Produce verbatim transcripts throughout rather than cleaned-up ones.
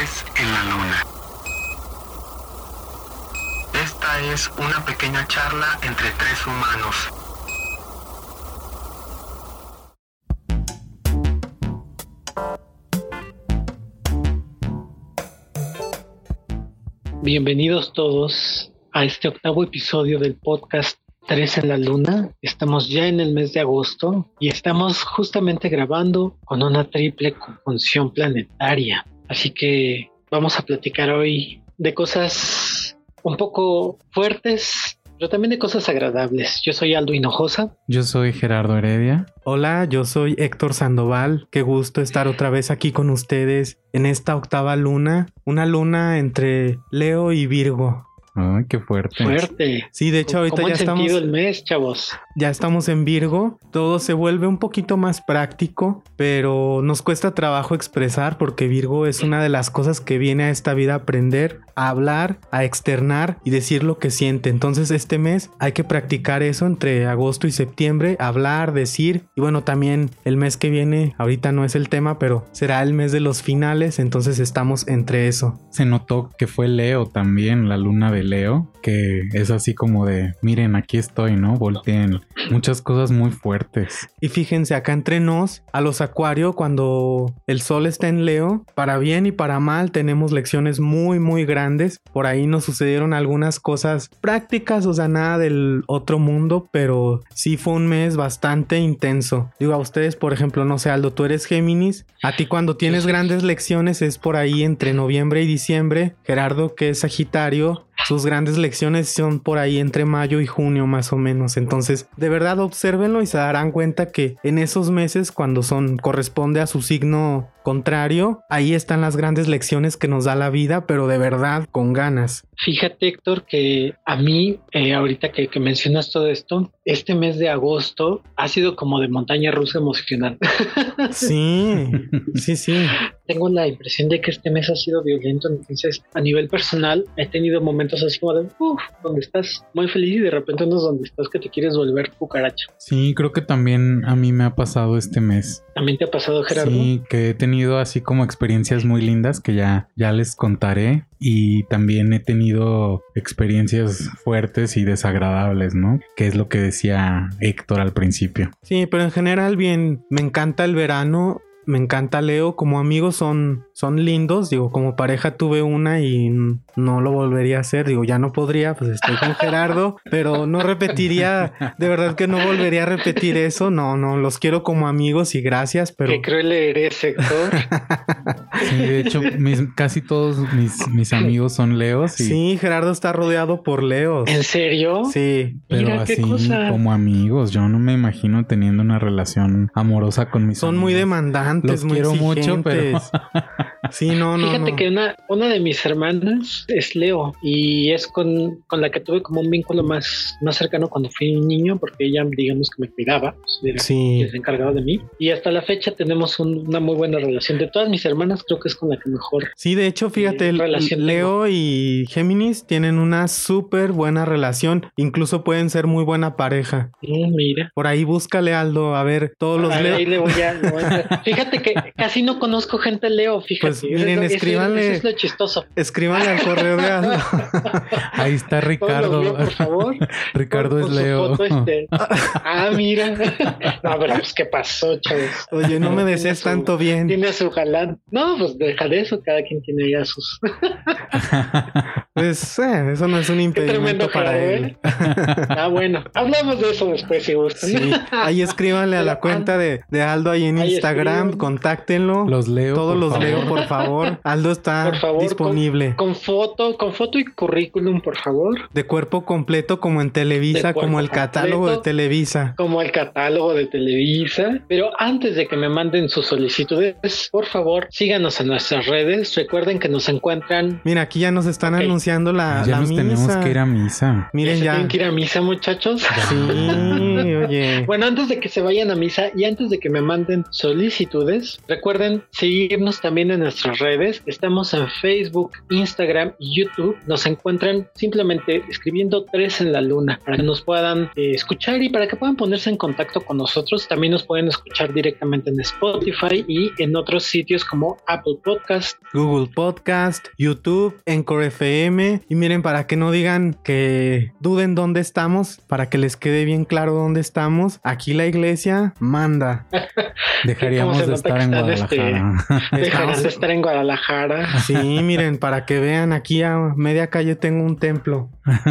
Tres en la Luna. Esta es una pequeña charla entre tres humanos. Bienvenidos todos a este octavo episodio del podcast Tres en la Luna. Estamos ya en el mes de agosto y estamos justamente grabando con una triple conjunción planetaria. Así que vamos a platicar hoy de cosas un poco fuertes, pero también de cosas agradables. Yo soy Aldo Hinojosa. Yo soy Gerardo Heredia. Hola, yo soy Héctor Sandoval. Qué gusto estar otra vez aquí con ustedes en esta octava luna. Una luna entre Leo y Virgo. Ay, qué fuerte. Fuerte. Sí, de hecho ahorita ¿Cómo ya han sentido estamos el mes, chavos? Ya estamos en Virgo. Todo se vuelve un poquito más práctico, pero nos cuesta trabajo expresar porque Virgo es una de las cosas que viene a esta vida a aprender, a hablar, a externar y decir lo que siente. Entonces este mes hay que practicar eso entre agosto y septiembre, hablar, decir. Y bueno, también el mes que viene, ahorita no es el tema, pero será el mes de los finales, entonces estamos entre eso. Se notó que fue Leo también, la luna de Leo, que es así como de, miren, aquí estoy, ¿no? Volteen. Muchas cosas muy fuertes. Y fíjense, acá entre nos, a los Acuario, cuando el sol está en Leo, para bien y para mal, tenemos lecciones muy, muy grandes. Por ahí nos sucedieron algunas cosas prácticas, o sea, nada del otro mundo, pero sí fue un mes bastante intenso. Digo, a ustedes, por ejemplo, no sé, Aldo, tú eres Géminis. A ti cuando tienes grandes lecciones es por ahí entre noviembre y diciembre. Gerardo, que es Sagitario, sus grandes lecciones son por ahí entre mayo y junio más o menos. Entonces, de verdad, obsérvenlo y se darán cuenta que en esos meses, cuando son corresponde a su signo contrario, ahí están las grandes lecciones que nos da la vida, pero de verdad, con ganas. Fíjate, Héctor, que a mí, eh, ahorita que, que mencionas todo esto, este mes de agosto ha sido como de montaña rusa emocional. Sí, sí, sí. Tengo la impresión de que este mes ha sido violento, entonces a nivel personal he tenido momentos así como de, uff, donde estás muy feliz y de repente unos donde estás que te quieres volver cucaracha. Sí, creo que también a mí me ha pasado este mes. ¿También te ha pasado, Gerardo? Sí, que he tenido así como experiencias muy lindas que ya, ya les contaré, y también he tenido experiencias fuertes y desagradables, ¿no? Que es lo que decía Héctor al principio. Sí, pero en general bien, me encanta el verano. Me encanta Leo, como amigos son, son lindos, digo, como pareja tuve una y no lo volvería a hacer, digo, ya no podría, pues estoy con Gerardo, pero no repetiría, de verdad que no volvería a repetir eso, no, no, los quiero como amigos y gracias, pero... Qué cruel eres, Héctor. Sí, de hecho, mis, casi todos mis, mis amigos son Leos. Y... Sí, Gerardo está rodeado por Leos. ¿En serio? Sí. Pero mira, así, qué cosa. como amigos, yo no me imagino teniendo una relación amorosa con mis Son amigos. muy demandantes. Los muy quiero exigentes. mucho, pero... Sí, no, no, Fíjate no. que una, una de mis hermanas es Leo y es con, con la que tuve como un vínculo más, más cercano cuando fui un niño, porque ella, digamos que me cuidaba, pues, era Sí. quien se encargaba de mí. Y hasta la fecha tenemos un, una muy buena relación. De todas mis hermanas, creo que es con la que mejor. Sí, de hecho, fíjate, eh, el- relación Leo y Géminis tienen una súper buena relación. Incluso pueden ser muy buena pareja. Mm, mira. Por ahí búscale, Aldo, a ver, todos los Ahí, Leo. ahí le voy a, le voy a- Fíjate que casi no conozco gente Leo, fíjate. Pues, miren, Eso es lo- escríbanle. Eso, eso es lo chistoso. Escríbanle al correo de Aldo. Ahí está Ricardo. Leo, por favor. Ricardo Con- es con su Leo. foto, este. Ah, mira. No, pero pues qué pasó, chavos. Oye, no me Tiene desees su- tanto bien. Tiene a su galán. No, pues deja de eso, cada quien tiene ya sus. Pues eh, eso no es un Qué impedimento tremendo para Gerardo, él. ¿eh? Ah, bueno, hablamos de eso después si gustan. Sí, ahí escríbanle a la Pero, cuenta de, de Aldo ahí en ahí Instagram, escriban. contáctenlo. Los leo, Todos por los favor. leo, por favor. Aldo está Por favor, disponible. Con, con foto, con foto y currículum, por favor. De cuerpo completo como en Televisa, De cuerpo como el catálogo completo. de Televisa. Como el catálogo de Televisa. Pero antes de que me manden sus solicitudes, por favor, síganos en nuestras redes. Recuerden que nos encuentran. Mira, aquí ya nos están Ok. anunciando anunciando la, ya la nos misa. tenemos que ir a misa. Miren, ¿Ya ya. tienen que ir a misa, muchachos? Sí, oye. Bueno, antes de que se vayan a misa y antes de que me manden solicitudes, recuerden seguirnos también en nuestras redes. Estamos en Facebook, Instagram y YouTube. Nos encuentran simplemente escribiendo Tres en la Luna para que nos puedan eh, escuchar y para que puedan ponerse en contacto con nosotros. También nos pueden escuchar directamente en Spotify y en otros sitios como Apple Podcast, Google Podcast, YouTube, Anchor F M. Y miren, para que no digan que duden dónde estamos, para que les quede bien claro dónde estamos, aquí la iglesia manda. Dejaríamos de estar en Guadalajara. Este, dejarán de estar en Guadalajara. Sí, miren, para que vean, aquí a media calle tengo un templo.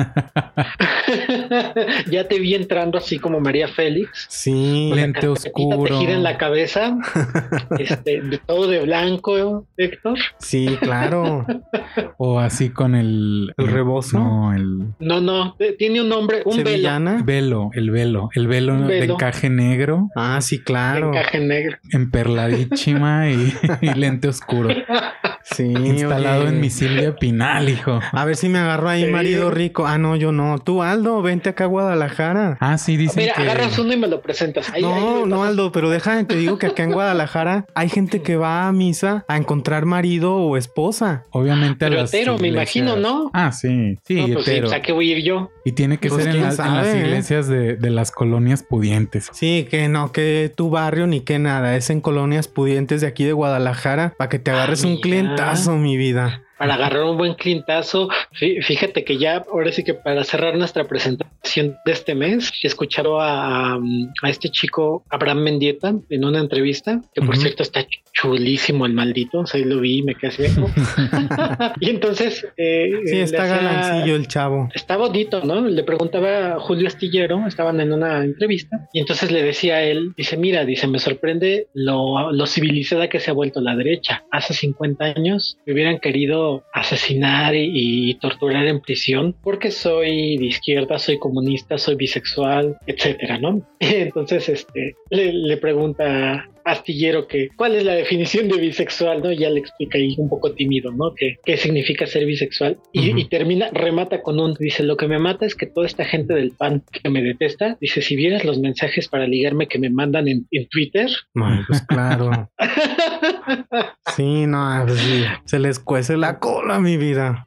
Ya te vi entrando así como María Félix. Sí. Lente oscuro. Tejida en la cabeza. Este, de todo de blanco, Héctor. Sí, claro. O así con el... ¿El rebozo? No, el... No, no, tiene un nombre, un ¿Sevillana? Velo, el velo. El velo, Un de velo. encaje negro. Ah, sí, velo. claro. Encaje negro. Emperladísima y, y lente oscuro. Sí, Instalado oye. en mi Silvia Pinal, hijo. A ver si me agarro ahí, Sí. marido rico. Ah, no, yo no. Tú, Aldo, vente acá a Guadalajara. Ah, sí, dicen Mira, que... agarras uno y me lo presentas. Ahí, no, ahí me no, pasas. Aldo, pero déjame, te digo que acá en Guadalajara hay gente que va a misa a encontrar marido o esposa. Obviamente a Pero las hetero, me iglesias- imagino, ¿no? Ah, sí, sí, No, pues sí, hetero. pues, ¿a qué voy a ir yo? Y tiene que Pues ser en, quién las- en las sabe, ¿eh? iglesias de, de las colonias pudientes. Sí, que no, que tu barrio ni que nada. Es en colonias pudientes de aquí de Guadalajara para que te agarres Ah, un mira. clientazo, mi vida. Para agarrar un buen clientazo. Fí- Fíjate que ya, ahora sí que para cerrar nuestra presentación de este mes, he escuchado a, a este chico Abraham Mendieta en una entrevista, que por Ujú. cierto está chulísimo el maldito, o sea, ahí lo vi y me quedé así. ¿no? Y entonces... eh, Sí, le está hacía- galancillo el chavo. Está bonito, ¿no? Le preguntaba a Julio Astillero, estaban en una entrevista, y entonces le decía a él, dice, mira, dice, me sorprende lo, lo civilizada que se ha vuelto la derecha. Hace cincuenta años me hubieran querido asesinar y, y torturar en prisión porque soy de izquierda, soy comunista, soy bisexual, etcétera, ¿no? Entonces, este, le, le pregunta Astillero que cuál es la definición de bisexual, ¿no? Ya le explica ahí un poco tímido, ¿no? Que qué significa ser bisexual y, Ujú. y termina, remata con un, dice, lo que me mata es que toda esta gente del P A N que me detesta, dice, si vieras los mensajes para ligarme que me mandan en, en Twitter. Ay, pues claro. Sí, no, pues sí. Se les cuece la cola, mi vida.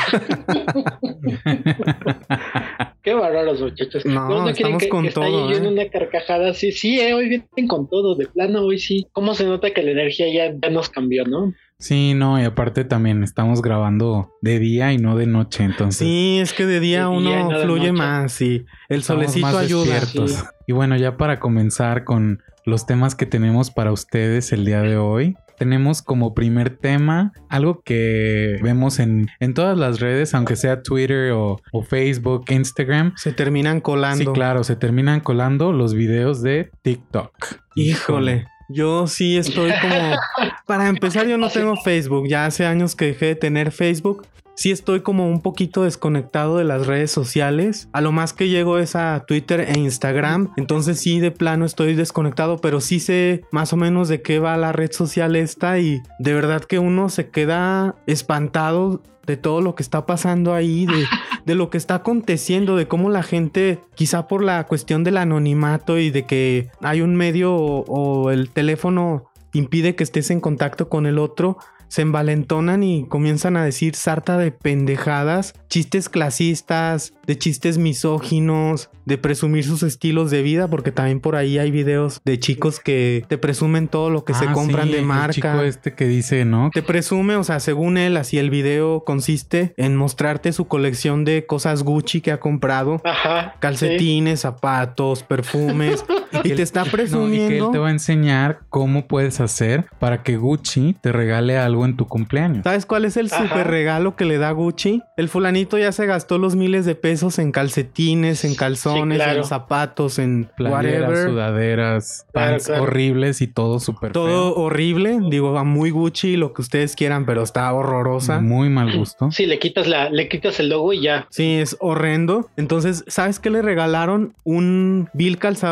Qué bárbaros, muchachos. No, quieren estamos que, con que está todo, ahí yo en ¿eh? una carcajada. Sí, sí, eh, hoy vienen con todo, de plano, hoy sí. ¿Cómo se nota que la energía ya, ya nos cambió, no? Sí, no, y aparte también estamos grabando de día y no de noche, entonces Sí, es que de día De uno día y no de fluye noche. más y el estamos solecito más ayuda. despiertos. Sí. Y bueno, ya para comenzar con los temas que tenemos para ustedes el día de hoy, tenemos como primer tema algo que vemos en, en todas las redes, aunque sea Twitter o, o Facebook, Instagram. Se terminan colando. Sí, claro, se terminan colando los videos de TikTok. Híjole. Yo sí estoy como... Para empezar, yo no tengo Facebook. Ya hace años que dejé de tener Facebook. Sí estoy como un poquito desconectado de las redes sociales. A lo más que llego es a Twitter e Instagram. Entonces sí, de plano estoy desconectado. Pero sí sé más o menos de qué va la red social esta. Y de verdad que uno se queda espantado de todo lo que está pasando ahí, de, de lo que está aconteciendo, de cómo la gente, quizá por la cuestión del anonimato y de que hay un medio o, o el teléfono impide que estés en contacto con el otro, se envalentonan y comienzan a decir sarta de pendejadas, chistes clasistas, de chistes misóginos, de presumir sus estilos de vida, porque también por ahí hay videos de chicos que te presumen todo lo que se Ah, compran sí, de el marca. chico este que dice, ¿no? Te presume, o sea, según él, así el video consiste en mostrarte su colección de cosas Gucci que ha comprado. Ajá. Calcetines, zapatos, perfumes. Y te está No, y presumiendo. que él te va a enseñar cómo puedes hacer para que Gucci te regale algo en tu cumpleaños. ¿Sabes cuál es el Ajá. super regalo que le da Gucci? El fulanito ya se gastó los miles de pesos en calcetines, en calzones, Sí, claro. en zapatos, en Playeras, whatever. sudaderas, Claro, pants claro. horribles y todo súper Todo feo. horrible. Digo, va muy Gucci, lo que ustedes quieran, pero está horrorosa. Muy mal gusto. Sí, le quitas la, le quitas el logo y ya. Sí, es horrendo. Entonces, ¿sabes qué le regalaron? Un vil calzador de plástico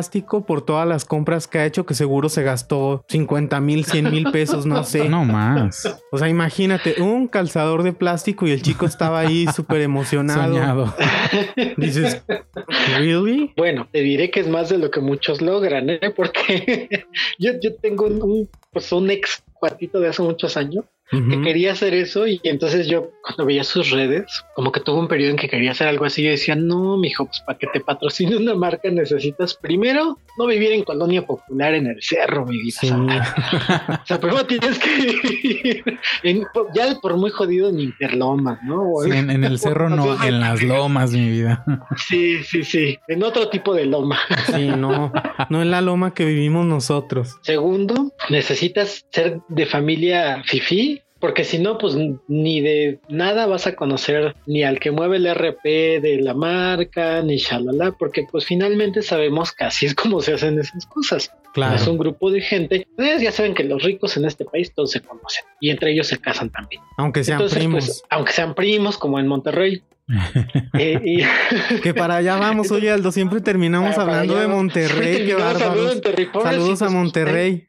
plástico por todas las compras que ha hecho, que seguro se gastó cincuenta mil, cien mil pesos, no sé. No más. O sea, imagínate, un calzador de plástico y el chico estaba ahí súper emocionado. Soñado. Dices, ¿really? Bueno, te diré que es más de lo que muchos logran, ¿eh? Porque yo, yo tengo un, un, pues un ex cuatito de hace muchos años uh-huh. que quería hacer eso, y entonces yo cuando veía sus redes, como que tuve un periodo en que quería hacer algo así, yo decía, no, mijo, pues para que te patrocine una marca necesitas primero no vivir en colonia popular en el cerro, mi vida. Sí. O sea, primero tienes que vivir en, ya por muy jodido en Interlomas, ¿no? Sí, en, en el cerro no, en las lomas, mi vida. Sí, sí, sí, en otro tipo de loma. Sí, no, no en la loma que vivimos nosotros. Segundo, necesitas ser de familia fifí, porque si no, pues ni de nada vas a conocer ni al que mueve el R P de la marca, ni shalala, porque pues finalmente sabemos que así es como se hacen esas cosas. Claro. Es un grupo de gente. Ustedes ya saben que los ricos en este país todos se conocen y entre ellos se casan también. Aunque sean Entonces, primos. Pues, aunque sean primos, como en Monterrey. eh, y... que para allá vamos, oye Aldo, siempre terminamos para hablando de Monterrey, qué bárbaros. Saludos a Monterrey.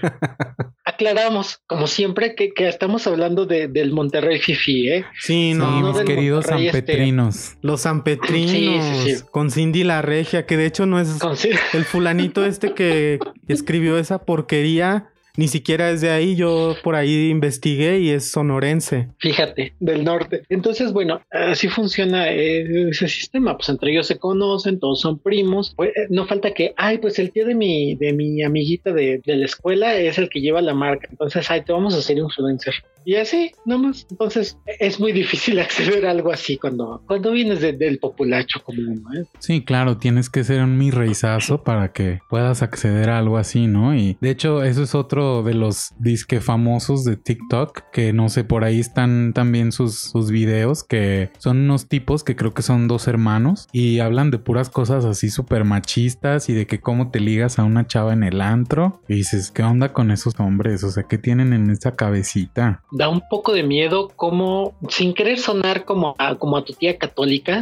Aclaramos, como siempre, que, que estamos hablando de, del Monterrey Fifi, ¿eh? Sí, no, sí, no mis queridos sanpetrinos. Este... Los sanpetrinos, sí, sí, sí. Con Cindy la Regia, que de hecho no es con... el fulanito este que escribió esa porquería. Ni siquiera es de ahí, yo por ahí investigué y es sonorense. Fíjate, del norte. Entonces, bueno, así funciona ese sistema. Pues entre ellos se conocen, todos son primos. Pues, no falta que, ay, pues el tío de mi, de mi amiguita de, de la escuela es el que lleva la marca. Entonces, ay, te vamos a hacer influencer. Y así, nomás. Entonces, es muy difícil acceder a algo así cuando, cuando vienes de, del populacho como uno, ¿eh? Sí, claro, tienes que ser un mi reizazo para que puedas acceder a algo así, ¿no? Y de hecho, eso es otro de los disque famosos de TikTok, que no sé, por ahí están también sus, sus videos, que son unos tipos que creo que son dos hermanos y hablan de puras cosas así súper machistas y de que cómo te ligas a una chava en el antro. Y dices, ¿qué onda con esos hombres? O sea, ¿qué tienen en esa cabecita? Da un poco de miedo, como sin querer sonar como a, como a tu tía católica,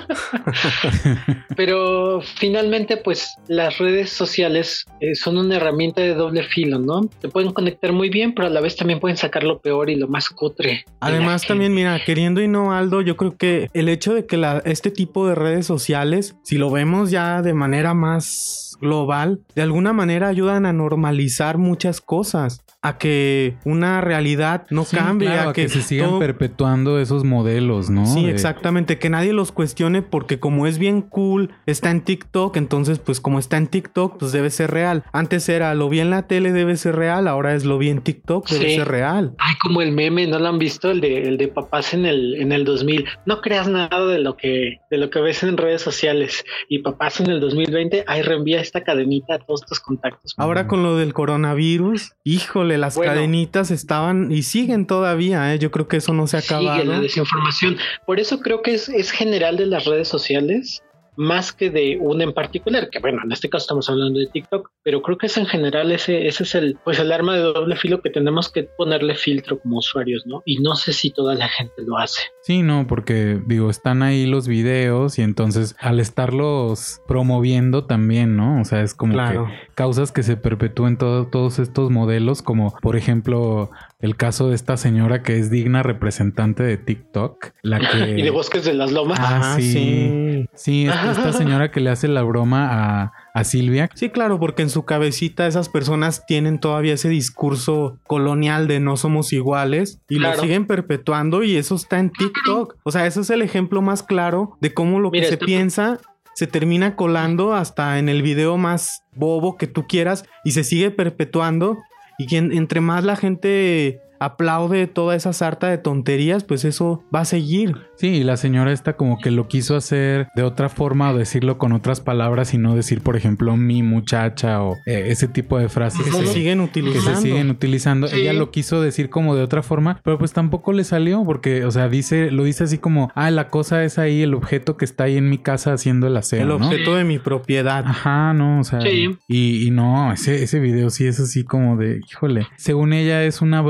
pero finalmente pues las redes sociales eh, son una herramienta de doble filo, ¿no? Te pueden conectar muy bien, pero a la vez también pueden sacar lo peor y lo más cutre. Además también, mira, queriendo y no, Aldo, yo creo que el hecho de que la, este tipo de redes sociales, si lo vemos ya de manera más global, de alguna manera ayudan a normalizar muchas cosas, a que una realidad no sí, cambie, claro, a que, que se sigan todo... perpetuando esos modelos, ¿no? Sí, de... exactamente, que nadie los cuestione, porque como es bien cool, está en TikTok, entonces pues como está en TikTok, pues debe ser real. Antes era lo vi en la tele, debe ser real, ahora es lo vi en TikTok, debe sí. ser real. Ay, como el meme, ¿no lo han visto? El de, el de papás en el, en el dos mil. No creas nada de lo que, de lo que ves en redes sociales. Y papás en el dos mil veinte, ay, reenvía esta cadenita a todos tus contactos. Ahora con lo del coronavirus, híjole, las bueno, cadenitas estaban y siguen todavía, ¿eh? Yo creo que eso no se ha acabado. Sigue la desinformación. Por eso creo que es, es general de las redes sociales, más que de una en particular, que bueno, en este caso estamos hablando de TikTok, pero creo que es en general ese, ese es el, pues el arma de doble filo que tenemos que ponerle filtro como usuarios, ¿no? Y no sé si toda la gente lo hace. Sí, no, porque digo, están ahí los videos y entonces al estarlos promoviendo también, ¿no? O sea, es como claro. que causas que se perpetúen todo, todos estos modelos, como por ejemplo el caso de esta señora que es digna representante de TikTok, la que... y de Bosques de las Lomas. Ah, sí. Sí, sí esta, esta señora que le hace la broma a, a Silvia. Sí, claro, porque en su cabecita esas personas tienen todavía ese discurso colonial de no somos iguales y claro. lo siguen perpetuando y eso está en TikTok. O sea, ese es el ejemplo más claro de cómo lo Mira, que se esto... piensa se termina colando hasta en el video más bobo que tú quieras y se sigue perpetuando. Y quien, entre más la gente aplaude toda esa sarta de tonterías, pues eso va a seguir. Sí, y la señora esta como que lo quiso hacer de otra forma o decirlo con otras palabras y no decir, por ejemplo, mi muchacha o eh, ese tipo de frases que se siguen utilizando. Que se siguen utilizando. Sí. Ella lo quiso decir como de otra forma, pero pues tampoco le salió porque, o sea, dice, lo dice así como, ah, la cosa es ahí, el objeto que está ahí en mi casa haciendo el aseo, el ¿no? objeto de mi propiedad. Ajá, no, o sea, sí. y, y no, ese, ese video sí es así como de, híjole, según ella es una broma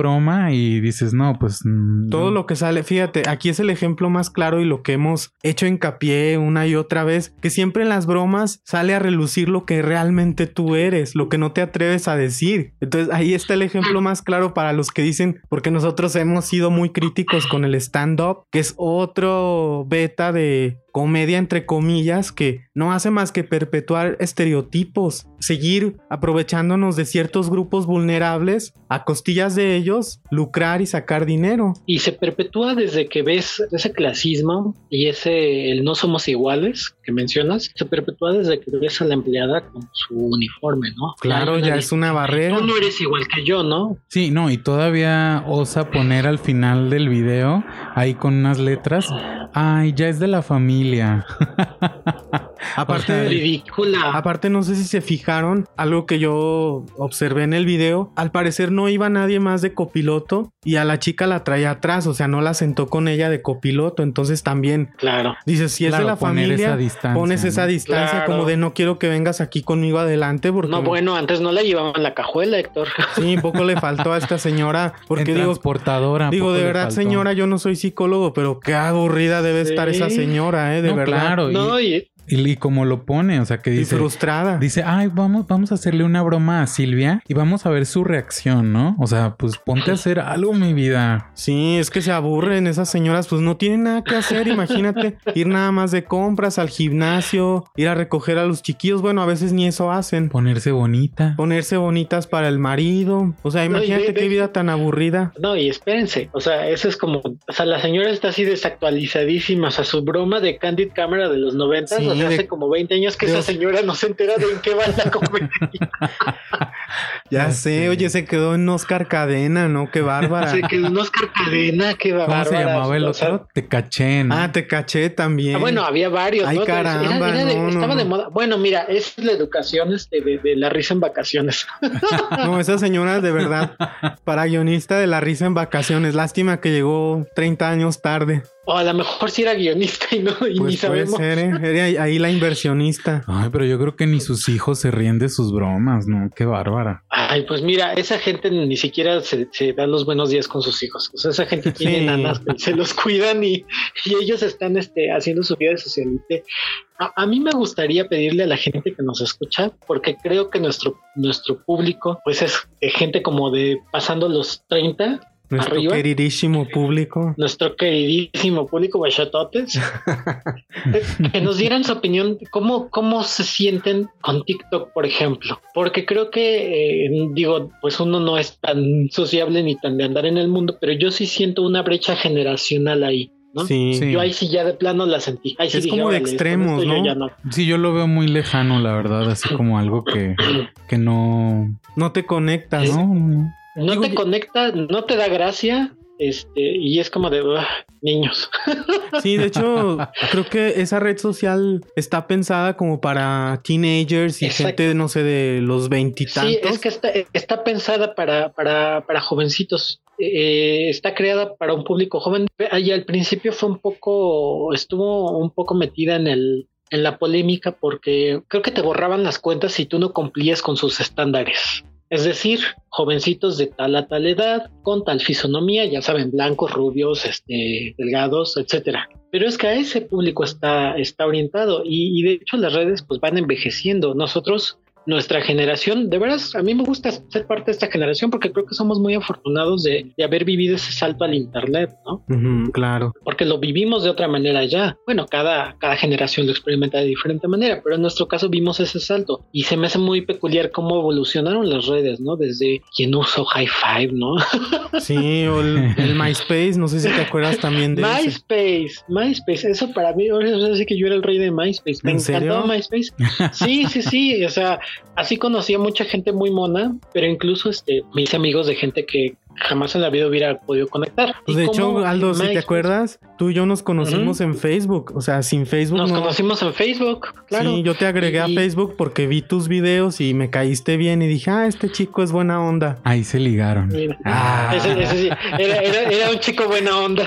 vida y dices, no, pues... Mm, todo yo... lo que sale, fíjate, aquí es el ejemplo más claro y lo que hemos hecho hincapié una y otra vez, que siempre en las bromas sale a relucir lo que realmente tú eres, lo que no te atreves a decir. Entonces ahí está el ejemplo más claro para los que dicen, porque nosotros hemos sido muy críticos con el stand-up, que es otro beta de comedia entre comillas que no hace más que perpetuar estereotipos, seguir aprovechándonos de ciertos grupos vulnerables a costillas de ellos, lucrar y sacar dinero. Y se perpetúa desde que ves ese clasismo y ese el no somos iguales que mencionas, se perpetúa desde que ves a la empleada con su uniforme, ¿no? Claro, ya es una barrera. Tú no eres igual que yo, ¿no? Sí, no, y todavía osa poner al final del video, ahí con unas letras, ay, ya es de la familia. Aparte, o sea, ridícula. Aparte, no sé si se fijaron, algo que yo observé en el video, al parecer no iba nadie más de copiloto y a la chica la traía atrás, o sea, no la sentó con ella de copiloto, entonces también, claro, dices, si claro, es de la familia, esa distancia, pones esa ¿no? distancia, claro. Como de no quiero que vengas aquí conmigo adelante, porque... No, bueno, antes no la llevaban la cajuela, Héctor. Sí, poco le faltó a esta señora, porque en digo... transportadora. Digo, de le verdad, faltó. señora, yo no soy psicólogo, pero qué aburrida debe Sí. estar esa señora, eh, de No, verdad. claro, No, y... y, y, y como lo pone, o sea, que Y dice... frustrada. Dice, ay, vamos, vamos a hacerle una broma a Silvia y vamos a ver su reacción, ¿no? O sea, pues ponte a hacer algo, mi vida. Sí, es que se aburren esas señoras, pues no tienen nada que hacer, imagínate, ir nada más de compras al gimnasio, ir a recoger a los chiquillos, bueno, a veces ni eso hacen. Ponerse bonita. Ponerse bonitas para el marido, o sea, imagínate No, y de, qué de, vida tan aburrida. No, y espérense, o sea, eso es como, o sea, la señora está así desactualizadísima, o sea, su broma de Candid Camera de los noventas, Sí, o sea, de, hace como veinte años que esa señora no se entera de en qué va la comedia. Ya sé, oye, se quedó en Oscar Cadena, ¿no? Qué bárbara. Se quedó en Oscar Cadena, qué bárbara. ¿Cómo se llamaba el o otro? sea, Te caché, ¿no? Ah, Te Caché también. Ah, bueno, había varios, Ay, ¿no? caramba, Era, era de, no, estaba no, de no. moda. Bueno, mira, es la educación este, de, de la risa en vacaciones. No, esa señora de verdad, para guionista de La Risa en Vacaciones. Lástima que llegó treinta años tarde. O a lo mejor sí era guionista y no, y Pues ni puede sabemos. ser, ¿eh? Era ahí la inversionista. Ay, pero yo creo que ni sus hijos se ríen de sus bromas, ¿no? Qué bárbara. Ay, pues mira, esa gente ni siquiera se, se da los buenos días con sus hijos. O sea, esa gente tiene Sí. nanas que se los cuidan y, y ellos están este, haciendo su vida de socialite. A, a mí me gustaría pedirle a la gente que nos escucha, porque creo que nuestro, nuestro público, pues es gente como de pasando los treinta. Nuestro Arriba. queridísimo público. Nuestro queridísimo público guachatotes, que nos dieran su opinión, cómo, cómo se sienten con TikTok, por ejemplo, porque creo que, eh, digo, pues uno no es tan sociable ni tan de andar en el mundo, pero yo sí siento una brecha generacional ahí, ¿no? Sí. Sí. Yo ahí sí ya de plano la sentí. Ahí sí Es dije, como de órale, con extremos, esto yo ¿no? ya no. Sí, yo lo veo muy lejano, la verdad, así como algo que, que no... No te conectas, Es- ¿no? No, No Digo, te yo- conecta, no te da gracia, este, y es como de "Ugh, niños". Sí, de hecho, creo que esa red social está pensada como para teenagers y Exacto. gente, no sé, de los veintitantos. Sí, es que está, está pensada para, para, para jovencitos. Eh, está creada para un público joven. Y al principio fue un poco, estuvo un poco metida en el, en la polémica porque creo que te borraban las cuentas si tú no cumplías con sus estándares. Es decir, jovencitos de tal a tal edad, con tal fisonomía, ya saben, blancos, rubios, este, delgados, etcétera. Pero es que a ese público está, está orientado y, y de hecho las redes pues van envejeciendo. Nosotros, nuestra generación, de veras, a mí me gusta ser parte de esta generación porque creo que somos muy afortunados de, de haber vivido ese salto al internet, ¿no? Ujú, claro. Porque lo vivimos de otra manera ya. Bueno, cada, cada generación lo experimenta de diferente manera, pero en nuestro caso vimos ese salto y se me hace muy peculiar cómo evolucionaron las redes, ¿no? Desde quien usó High Five, ¿no? Sí, o el, el MySpace, no sé si te acuerdas también de ese. MySpace, MySpace, eso para mí, ahora sí que yo era el rey de MySpace. Me ¿En encantaba serio? MySpace. Sí, sí, sí, o sea, así conocí a mucha gente muy mona, pero incluso este, me hice amigos de gente que jamás en la vida hubiera podido conectar. Pues Y de como hecho, Aldo, si te MySpace, acuerdas, tú y yo nos conocimos Ujú. en Facebook. O sea, sin Facebook Nos no. conocimos en Facebook, claro. Sí, yo te agregué a Y- Facebook porque vi tus videos y me caíste bien y dije, ah, este chico es buena onda. ahí se ligaron. Mira, Ah. ese, ese sí, era, era, era un chico buena onda.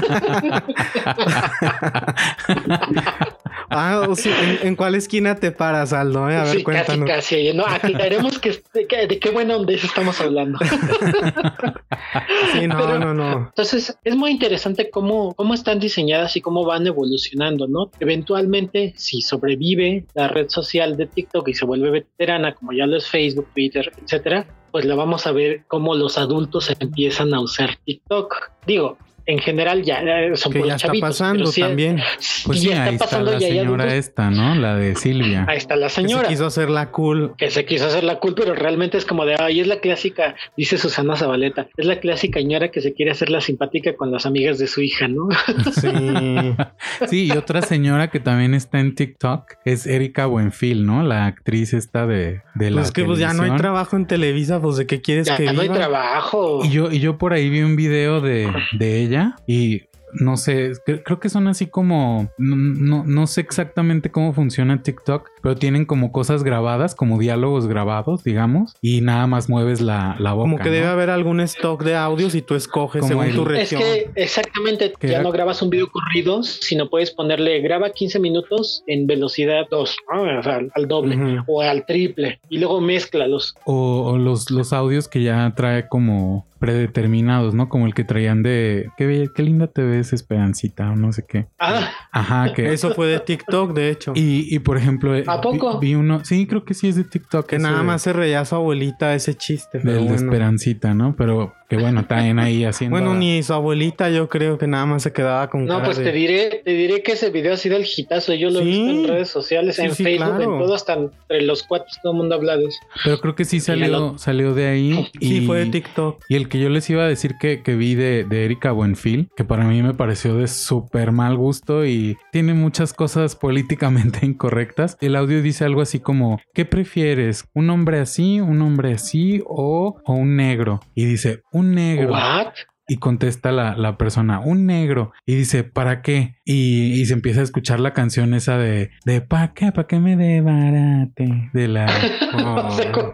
Ah, o sí, ¿en, en cuál esquina te paras, Aldo? Eh? A ver, Sí, cuéntanos. casi, casi. No, aclararemos que, de, que- de qué buena onda estamos hablando. Sí, no, Pero, no, no. Entonces, es muy interesante cómo, cómo están diseñadas y cómo van evolucionando, ¿no? Eventualmente, si sobrevive la red social de TikTok y se vuelve veterana, como ya lo es Facebook, Twitter, etcétera, pues la vamos a ver cómo los adultos empiezan a usar TikTok. Digo, en general ya son que puros ya está chavitos, pasando pero sí, también. Pues sí, ya ahí está está pasando la y hay señora adultos. esta, ¿no? La de Silvia. Ahí está la Que se señora. quiso hacer la cool. Que se quiso hacer la cool, pero realmente es como de, ay, es la clásica, dice Susana Zabaleta, es la clásica señora que se quiere hacer la simpática con las amigas de su hija, ¿no? Sí. Sí, y otra señora que también está en TikTok es Erika Buenfil, ¿no? La actriz esta de, de la Pues que pues ya no hay televisión. trabajo en Televisa, pues ¿de qué quieres Ya que no hay viva? trabajo. Y yo, y yo por ahí vi un video de, de ella y no sé, cre- creo que son así como, no, no, no sé exactamente cómo funciona TikTok, pero tienen como cosas grabadas, como diálogos grabados, digamos, y nada más mueves la, la boca. Como que ¿no? debe haber algún stock de audios y tú escoges Como según el- tu Es región. que exactamente, Que ya era- no grabas un video corridos, sino puedes ponerle graba quince minutos en velocidad dos, ¿no? O sea, al, al doble Ujú. o al triple y luego mézclalos. O, o los, los audios que ya trae como predeterminados, ¿no? Como el que traían de... Qué, be- qué linda te ves, Esperancita, o no sé qué. Ah, Ajá, que... Eso fue de TikTok, de hecho. Y, y por ejemplo... eh, ¿A poco? Vi, vi uno... Sí, creo que sí es de TikTok. que ese nada de- más se reía a su abuelita ese chiste. Pero Del de bueno. Esperancita, ¿no? Pero que bueno, también ahí haciendo... Bueno, ni su abuelita yo creo que nada más se quedaba con no, cara pues de- te diré, te diré que ese video ha sido el hitazo. Yo lo he Sí. visto en redes sociales, Sí, en sí, Facebook, claro. en todo, hasta entre los cuates, todo el mundo habla de eso. Pero creo que sí salió, Míralo. salió de ahí. Sí, y, fue de TikTok. Y el que yo les iba a decir que, que vi de, de Erika Buenfil, que para mí me pareció de súper mal gusto y tiene muchas cosas políticamente incorrectas. El audio dice algo así como, ¿qué prefieres? ¿Un hombre así, un hombre así o, o un negro? Y dice, un negro. ¿What? Y contesta la, la persona, un negro. Y dice, ¿para qué? Y, y se empieza a escuchar la canción esa de, de ¿pa' qué? ¿Pa' qué me debarate? De la... No sé cómo-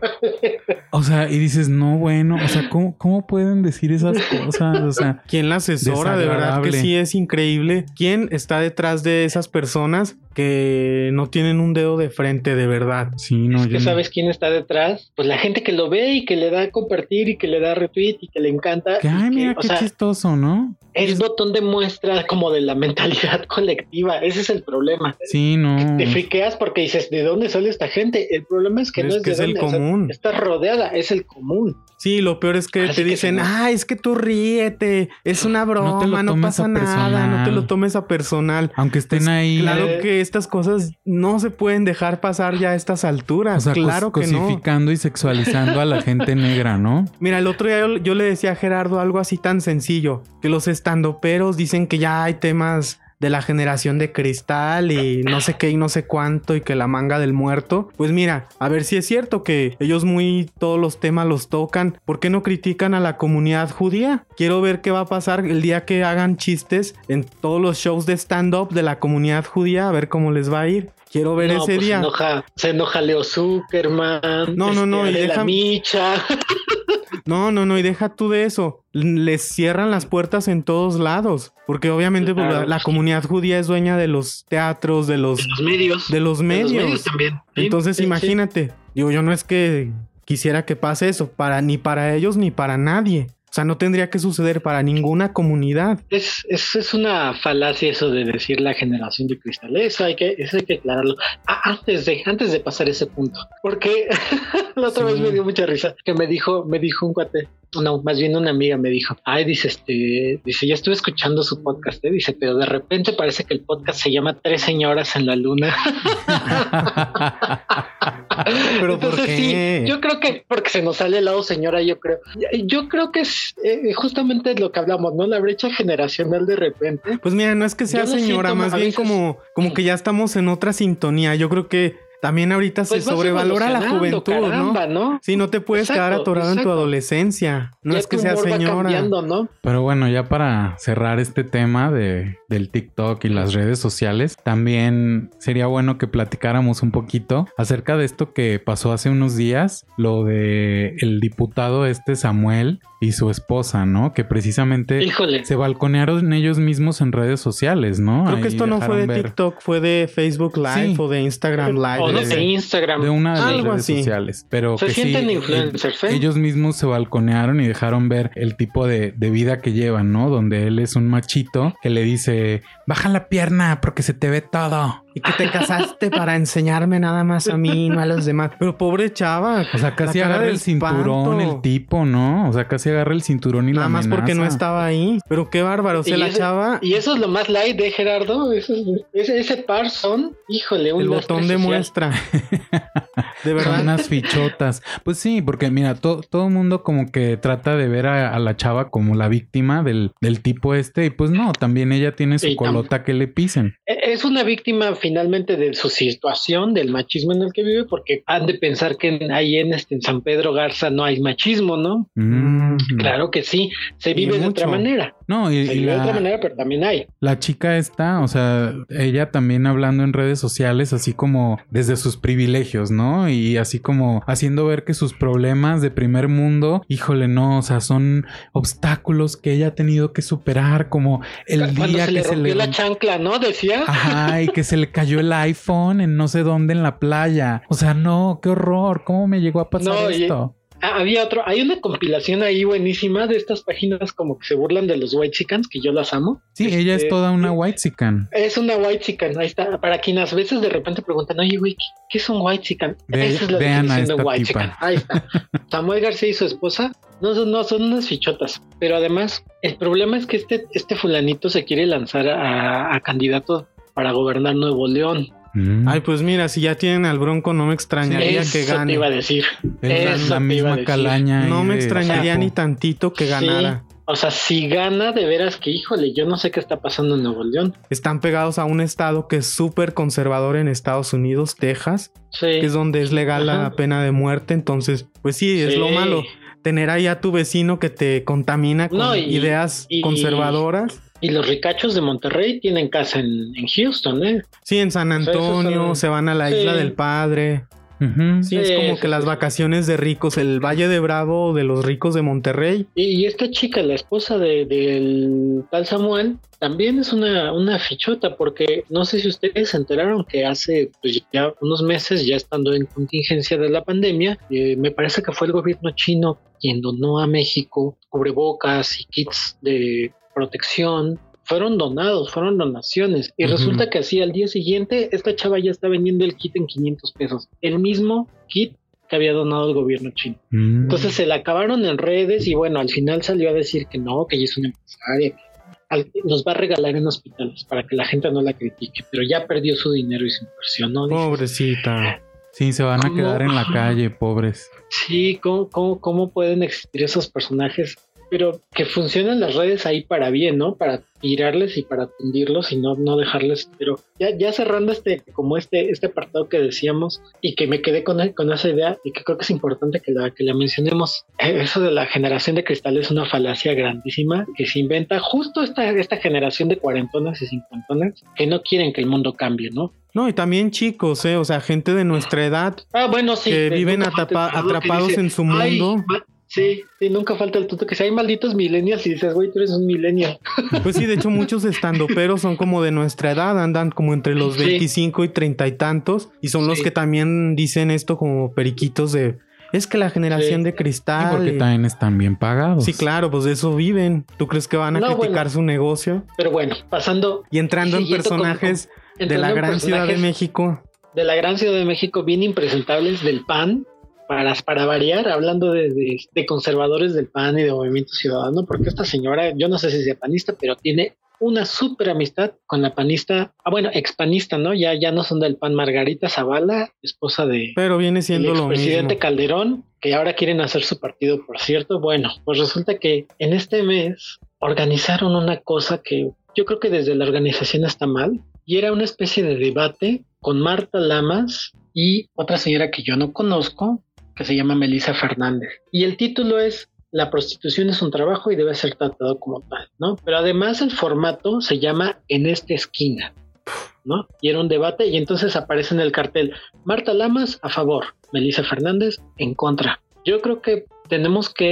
O sea, y dices, no, bueno, o sea, ¿cómo, cómo pueden decir esas cosas? O sea, ¿Quién la asesora? De verdad que Desagradable. sí es increíble. ¿Quién está detrás de esas personas que no tienen un dedo de frente, de verdad? sí, no, Es yo que no- sabes quién está detrás, pues la gente que lo ve y que le da a compartir y que le da retweet y que le encanta. Que, y ay, que, mira o qué sea, chistoso, ¿no? es botón de muestra como de la mentalidad colectiva. Ese es el problema. Sí, no. Te friqueas porque dices, ¿de dónde sale esta gente? El problema es que Es no es que de es el dónde, o sea, común. está rodeada, es el común. Sí, lo peor es que Así te que dicen, sí. ah, es que tú ríete, es una broma, te lo no, tomes pasa a nada, no te lo personal. tomes a personal. Aunque estén Pues, ahí, Claro Eh. que estas cosas no se pueden dejar pasar ya a estas o alturas. sea, claro cos- que no. cosificando y sexualizando a la gente negra, ¿no? Mira, el otro día yo, yo le decía a Gerardo algo así tan sencillo, que los estandoperos dicen que ya hay temas de la generación de cristal y no sé qué y no sé cuánto y que la manga del muerto. Pues mira, a ver si es cierto que ellos muy todos los temas los tocan. ¿Por qué no critican a la comunidad judía? Quiero ver qué va a pasar el día que hagan chistes en todos los shows de stand-up de la comunidad judía, a ver cómo les va a ir. Quiero ver No, ese pues día. Se enoja, se enoja Leo Zuckerman. No, no, no, y Adela deja- Micha. No, no, no, y deja tú de eso. Les cierran las puertas en todos lados. Porque obviamente pues, Claro. la, la comunidad judía es dueña de los teatros, de los, Los medios. de los De medios. los medios también. Sí, Entonces sí, sí. imagínate. Digo, yo no es que quisiera que pase eso. Para, ni para ellos ni para nadie. O sea, no tendría que suceder para ninguna comunidad. Es, es, es una falacia eso de decir la generación de cristal. Eso hay que, eso hay que aclararlo. Ah, antes de, antes de pasar ese punto. Porque la otra Sí. vez me dio mucha risa. Que me dijo, me dijo un cuate. No, más bien una amiga me dijo, ay, dice, este, dice, ya estuve escuchando su podcast, ¿eh? Dice, pero de repente parece que el podcast se llama Tres Señoras en la Luna. ¿Pero por Entonces, qué? sí, yo creo que porque se nos sale el lado señora, yo creo. Yo creo que es eh, justamente lo que hablamos, ¿no? La brecha generacional de repente. Pues mira, no es que sea Yo lo señora, siento, más a bien veces- como, como que ya estamos en otra sintonía. Yo creo que también ahorita Pues se vas sobrevalora la evolucionando, juventud, caramba, ¿no? ¿no? Sí, no te puedes Exacto, quedar atorado en tu exacto. adolescencia. No Ya es que tu sea humor va señora. cambiando, ¿no? Pero bueno, ya para cerrar este tema de, del TikTok y las redes sociales, también sería bueno que platicáramos un poquito acerca de esto que pasó hace unos días, lo de el diputado este Samuel, y su esposa, ¿no? Que precisamente Híjole. se balconearon ellos mismos en redes sociales, ¿no? Creo Ahí que esto no fue de dejaron ver- TikTok, fue de Facebook Live Sí. o de Instagram Live. O no de- sé, Instagram. de una de las Algo redes así. sociales, pero Se que sienten sí, influencers, eh, ¿eh? ellos mismos se balconearon y dejaron ver el tipo de, de vida que llevan, ¿no? Donde él es un machito que le dice, baja la pierna porque se te ve todo. Y que te casaste para enseñarme nada más a mí, no a los demás. Pero pobre chava. O sea, casi la cara agarra de el cinturón espanto. el tipo, ¿no? O sea, casi agarra el cinturón y Nada la más porque no amenaza. estaba ahí. Pero qué bárbaro. O sea, Y la eso- chava, Y eso es lo más light de Gerardo. Eso es- ese, ese par son, híjole, un el lastre botón de social. muestra. De Son verdad. unas fichotas. Pues sí, porque mira, to- todo el mundo como que trata de ver a, a la chava como la víctima del, del tipo este. Y pues no, también ella tiene su Sí, tam- colota que le pisen. E- Es una víctima finalmente de su situación, del machismo en el que vive, porque han de pensar que en- ahí en, este, en San Pedro Garza no hay machismo, ¿no? Mm. Claro que sí, se Y vive de mucho. otra manera. No, y, Se y vive de otra la, manera, pero también hay. la chica esta, o sea, ella también hablando en redes sociales, así como desde sus privilegios, ¿no? Y así como haciendo ver que sus problemas de primer mundo, híjole, no, o sea, son obstáculos que ella ha tenido que superar, como el Cuando día se que le se rompió le... la chancla, ¿no? Decía. Ajá, y que se le cayó el iPhone en no sé dónde en la playa. O sea, no, qué horror, ¿cómo me llegó a pasar No, y- esto? Ah, había otro, hay una compilación ahí buenísima de estas páginas como que se burlan de los white chickens, que yo las amo. Sí, ella es Este, toda una whitezican. Es una white chicken, ahí está. Para quienes a veces de repente preguntan, oye, güey, ¿qué, qué es un white chicken? Ve- Esa es la vean a definición de esta un white tipa. chicken. Ahí está. Samuel García y su esposa, no, son- no, son unas fichotas. Pero además, el problema es que este, este fulanito se quiere lanzar a, a candidato para gobernar Nuevo León. Mm. Ay, pues mira, si ya tienen al Bronco, no me extrañaría Eso que te gane. iba a decir. Es la- eso la te iba a misma decir. calaña. No ahí me de extrañaría sapo. ni tantito que Sí. ganara. O sea, si gana, de veras que, híjole, yo no sé qué está pasando en Nuevo León. Están pegados a un estado que es súper conservador en Estados Unidos, Texas, Sí. que es donde es legal Ajá. la pena de muerte. Entonces, pues sí, es Sí. lo malo. Tener ahí a tu vecino que te contamina con No, y- ideas y- conservadoras. Y los ricachos de Monterrey tienen casa en, en Houston, ¿eh? Sí, en San sea, esos Antonio, son- se van a la Sí. isla del Padre. Ujú. Sí, es Sí, como sí, que las sí. vacaciones de ricos, el Valle de Bravo de los ricos de Monterrey. Y, y esta chica, la esposa de- del tal Samuel, también es una, una fichota, porque no sé si ustedes se enteraron que hace pues, ya unos meses, ya estando en contingencia de la pandemia, eh, me parece que fue el gobierno chino quien donó a México cubrebocas y kits de protección. Fueron donados, fueron donaciones. Y Ujú. resulta que así al día siguiente, esta chava ya está vendiendo el kit en quinientos pesos. El mismo kit que había donado el gobierno chino. Mm. Entonces se la acabaron en redes y bueno, al final salió a decir que no, que ella es una empresaria, que al- los va a regalar en hospitales para que la gente no la critique, pero ya perdió su dinero y su inversión, ¿no? Dices, Pobrecita. Sí, se van a ¿Cómo? quedar en la calle, pobres. sí, ¿cómo, cómo, cómo pueden existir esos personajes? Pero que funcionan las redes ahí para bien, ¿no? Para tirarles y para tundirlos y no, no dejarles. Pero ya, ya cerrando este, como este, este apartado que decíamos y que me quedé con, con esa idea y que creo que es importante que la, que la mencionemos. eh, Eso de la generación de cristal es una falacia grandísima que se inventa justo esta, esta generación de cuarentonas y cincuentonas que no quieren que el mundo cambie, ¿no? No, y también chicos, ¿eh? O sea, gente de nuestra edad. Ah, bueno, sí. Que eh, viven nunca falta el atapa- tuto que atrapados dice, en su "Ay, mundo". ma- Sí, sí, nunca falta el tuto que si hay malditos millennials y dices, güey, tú eres un millennial. Pues sí, de hecho muchos estandoperos son como de nuestra edad, andan como entre los Sí. veinticinco y treinta y tantos, y son los Sí. que también dicen esto como periquitos de, es que la generación Sí. de Y cristal. porque y- también están bien pagados. Sí, claro, pues de eso viven. ¿Tú crees que van a No, criticar bueno. su negocio? Pero bueno, pasando Y entrando en Siguiendo con- personajes de entrando la en gran Ciudad de personajes México. de la gran Ciudad de México, bien impresentables del P A N, para, para variar, hablando de, de, de conservadores del P A N y de Movimiento Ciudadano, porque esta señora, yo no sé si sea panista, pero tiene una súper amistad con la panista, ah bueno, expanista, ¿no? Ya, ya no son del P A N, Margarita Zavala, esposa de Pero viene el siendo lo expresidente mismo. Calderón, que ahora quieren hacer su partido, por cierto. Bueno, pues resulta que en este mes organizaron una cosa que yo creo que desde la organización está mal, y era una especie de debate con Marta Lamas y otra señora que yo no conozco, que se llama Melissa Fernández. Y el título es "La prostitución es un trabajo y debe ser tratado como tal", ¿no? Pero además el formato se llama "En esta esquina", ¿no? Y era un debate y entonces aparece en el cartel Marta Lamas a favor, Melissa Fernández en contra. Yo creo que tenemos que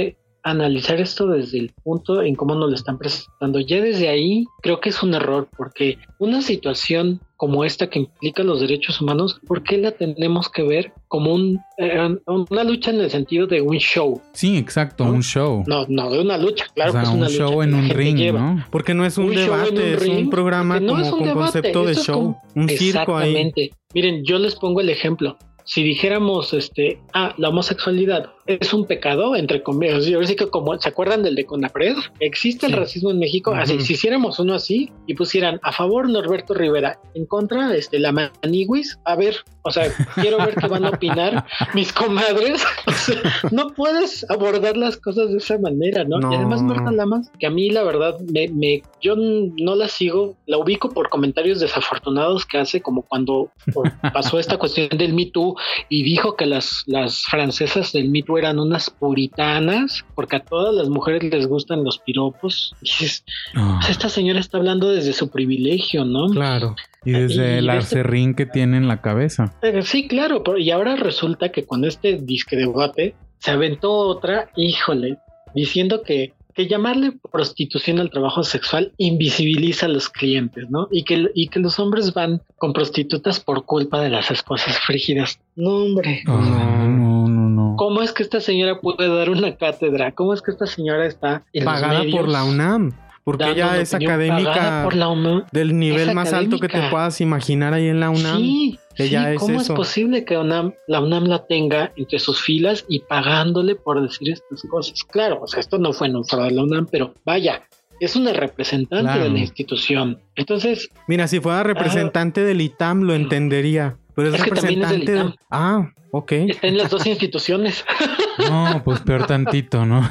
analizar esto desde el punto en cómo nos lo están presentando. Ya desde ahí creo que es un error, porque una situación como esta que implica los derechos humanos, ¿por qué la tenemos que ver como un, eh, una lucha en el sentido de un show? Sí, exacto, ¿no? Un show. No, no, de una lucha, claro, o sea, que es una un lucha. Un show en un ring, lleva. ¿no? Porque no es un, un debate, un es ring, un programa como es un con debate, concepto de show, como... un circo ahí. Exactamente. Miren, yo les pongo el ejemplo. Si dijéramos, este, ah, la homosexualidad es un pecado, entre comillas, yo sí que como, ¿se acuerdan del de Conapred? ¿Existe sí. el racismo en México? Uh-huh. Así, si hiciéramos uno así y pusieran a favor Norberto Rivera, en contra, este, la Maniguis, a ver, o sea, quiero ver qué van a opinar mis comadres. O sea, no puedes abordar las cosas de esa manera, ¿no? no. Y además Marta Lamas, que a mí la verdad, me, me, yo no la sigo, la ubico por comentarios desafortunados que hace, como cuando pasó esta cuestión del Me Too y dijo que las, las francesas del Me Too eran unas puritanas, porque a todas las mujeres les gustan los piropos. Y dices, oh. pues esta señora está hablando desde su privilegio, ¿no? Claro. Y desde y el arcerrín este... que tiene en la cabeza. Sí, claro. Y ahora resulta que con este disque debate se aventó otra, híjole, diciendo que que llamarle prostitución al trabajo sexual invisibiliza a los clientes, ¿no? Y que, y que los hombres van con prostitutas por culpa de las esposas frígidas. No, hombre. Oh, no, no, no. ¿Cómo es que esta señora puede dar una cátedra? ¿Cómo es que esta señora está en pagada los medios, por la UNAM? Porque ella es académica por la UNAM, del nivel más académica. alto que te puedas imaginar ahí en la UNAM. Sí, ella sí. es ¿Cómo eso? es posible que UNAM, la UNAM la tenga entre sus filas y pagándole por decir estas cosas? Claro, o sea, esto no fue en un foro de la UNAM, pero vaya, es una representante claro. de la institución. Entonces... Mira, si fuera representante ah, del I T A M lo entendería, pero es, es representante... Que es del ah, ok. Está en las dos instituciones. No, pues peor tantito, ¿no?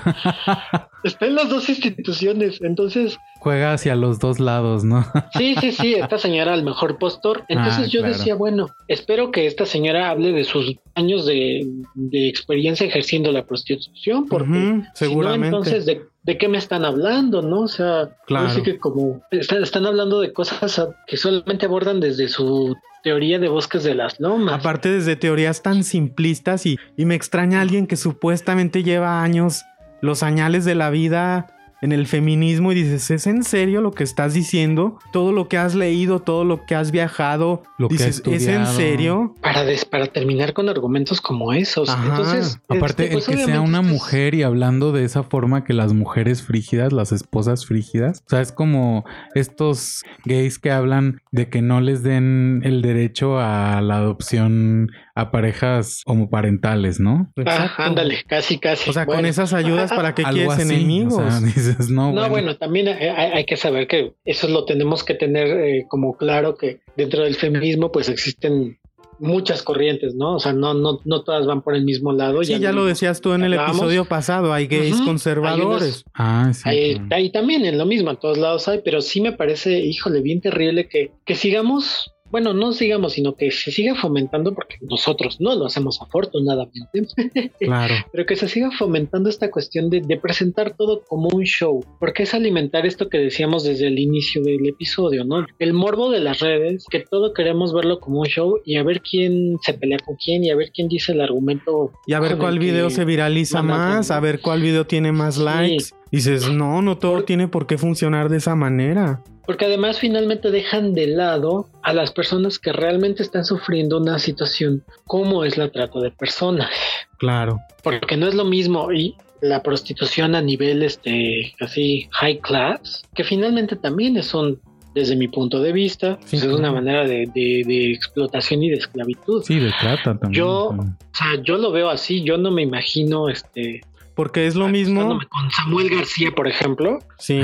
Está en las dos instituciones, entonces... Juega hacia los dos lados, ¿no? Sí, sí, sí, esta señora al mejor postor. Entonces ah, yo claro. decía, bueno, espero que esta señora hable de sus años de, de experiencia ejerciendo la prostitución, porque uh-huh, seguramente. Si no, entonces, ¿de, ¿de qué me están hablando, no? O sea, claro. así que como están, están hablando de cosas que solamente abordan desde su teoría de bosques de las lomas. Aparte desde teorías tan simplistas y, y me extraña alguien que supuestamente lleva años los añales de la vida en el feminismo y dices, ¿es en serio lo que estás diciendo? Todo lo que has leído, todo lo que has viajado, lo dices, que ¿es en serio? Para, des, para terminar con argumentos como esos. Ajá. Entonces, aparte, este, pues, el que sea una estás... mujer y hablando de esa forma que las mujeres frígidas, las esposas frígidas, o sea, es como estos gays que hablan de que no les den el derecho a la adopción a parejas homoparentales, ¿no? Ah, ándale, casi, casi. O sea, bueno. con esas ayudas, ¿para qué quieres así, enemigos? O sea, dices, no, no bueno. bueno, también hay, hay que saber que eso lo tenemos que tener eh, como claro, que dentro del feminismo pues existen muchas corrientes, ¿no? O sea, no, no, no todas van por el mismo lado. Sí, ya, ya lo decías tú en el hablábamos. episodio pasado, hay gays uh-huh. conservadores. Hay unos, ah, sí. Hay, hay también en lo mismo, en todos lados hay, pero sí me parece, híjole, bien terrible que, que sigamos... Bueno, no sigamos, sino que se siga fomentando, porque nosotros no lo hacemos afortunadamente, claro. pero que se siga fomentando esta cuestión de, de presentar todo como un show, porque es alimentar esto que decíamos desde el inicio del episodio, ¿no? El morbo de las redes, que todo queremos verlo como un show y a ver quién se pelea con quién y a ver quién dice el argumento. Y a ver cuál video se viraliza más, a ver cuál video tiene más likes. Sí. Dices, no, no todo por... tiene por qué funcionar de esa manera. Porque además finalmente dejan de lado a las personas que realmente están sufriendo una situación como es la trata de personas. Claro. Porque no es lo mismo y la prostitución a nivel este así high class, que finalmente también es un, desde mi punto de vista, sí, pues es una manera de, de, de explotación y de esclavitud. Sí, de trata también. Yo, o sea, yo lo veo así, yo no me imagino este... Porque es lo mismo. Con Samuel García, por ejemplo. Sí.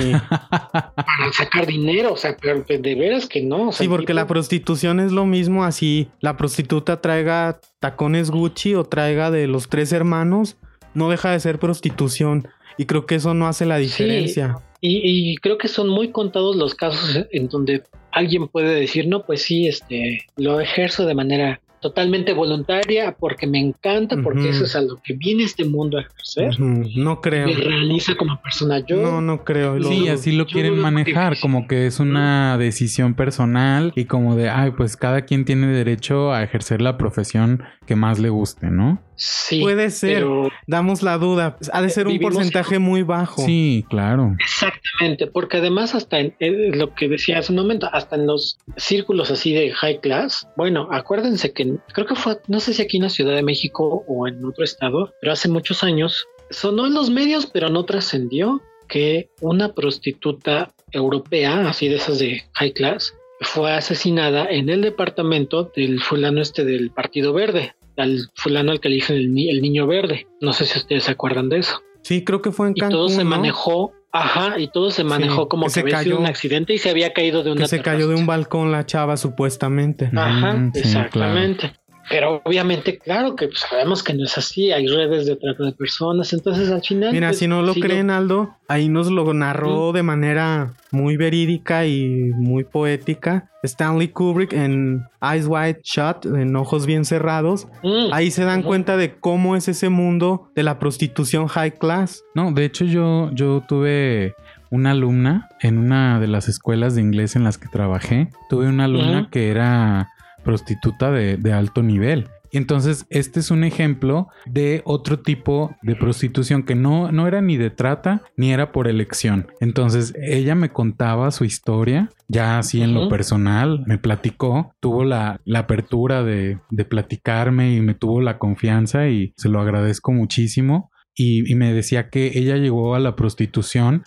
Para sacar dinero, o sea, pero de veras que no. O sea, sí, porque tipo... la prostitución es lo mismo así. La prostituta traiga tacones Gucci o traiga de los tres hermanos, no deja de ser prostitución. Y creo que eso no hace la diferencia. Sí. Y, y creo que son muy contados los casos en donde alguien puede decir, no, pues sí, este, lo ejerzo de manera totalmente voluntaria porque me encanta, porque uh-huh. eso es a lo que viene este mundo a ejercer. Uh-huh. No creo. Me realiza como persona. Yo no, no creo. Lo, sí, así lo quieren manejar, como que es una decisión personal y como de, ay, pues cada quien tiene derecho a ejercer la profesión que más le guste, ¿no? Sí, puede ser. Pero damos la duda. Ha de ser un porcentaje en... muy bajo. Sí, claro. Exactamente, porque además hasta en, en lo que decía hace un momento, hasta en los círculos así de high class, bueno, acuérdense que creo que fue, no sé si aquí en la Ciudad de México o en otro estado, pero hace muchos años, sonó en los medios, pero no trascendió que una prostituta europea, así de esas de high class, fue asesinada en el departamento del fulano este del Partido Verde, al fulano al que le dicen el, ni- el niño verde. No sé si ustedes se acuerdan de eso. Sí, creo que fue en Y Cancún, todo se ¿no? manejó, ajá, y todo se manejó Sí, como que que, se había sido cayó- un accidente y se había caído de una Que se cayó de un terraza. balcón la chava, supuestamente. Ajá, Mm, sí, exactamente. Pero obviamente, claro que pues, sabemos que no es así, hay redes de trata de personas, entonces al final... Mira, pues, si no lo siguió- creen, Aldo, ahí nos lo narró de manera muy verídica y muy poética Stanley Kubrick en Eyes Wide Shut, en Ojos Bien Cerrados. Mm, Ahí se dan ujú. cuenta de cómo es ese mundo de la prostitución high class. No, de hecho yo, yo tuve una alumna en una de las escuelas de inglés en las que trabajé. Tuve una alumna Ujú. que era prostituta de, de alto nivel. Y entonces este es un ejemplo de otro tipo de prostitución que no, no era ni de trata ni era por elección. Entonces ella me contaba su historia, ya así en lo Ujú. personal, me platicó, tuvo la, la apertura de, de platicarme y me tuvo la confianza y se lo agradezco muchísimo. Y, y me decía que ella llegó a la prostitución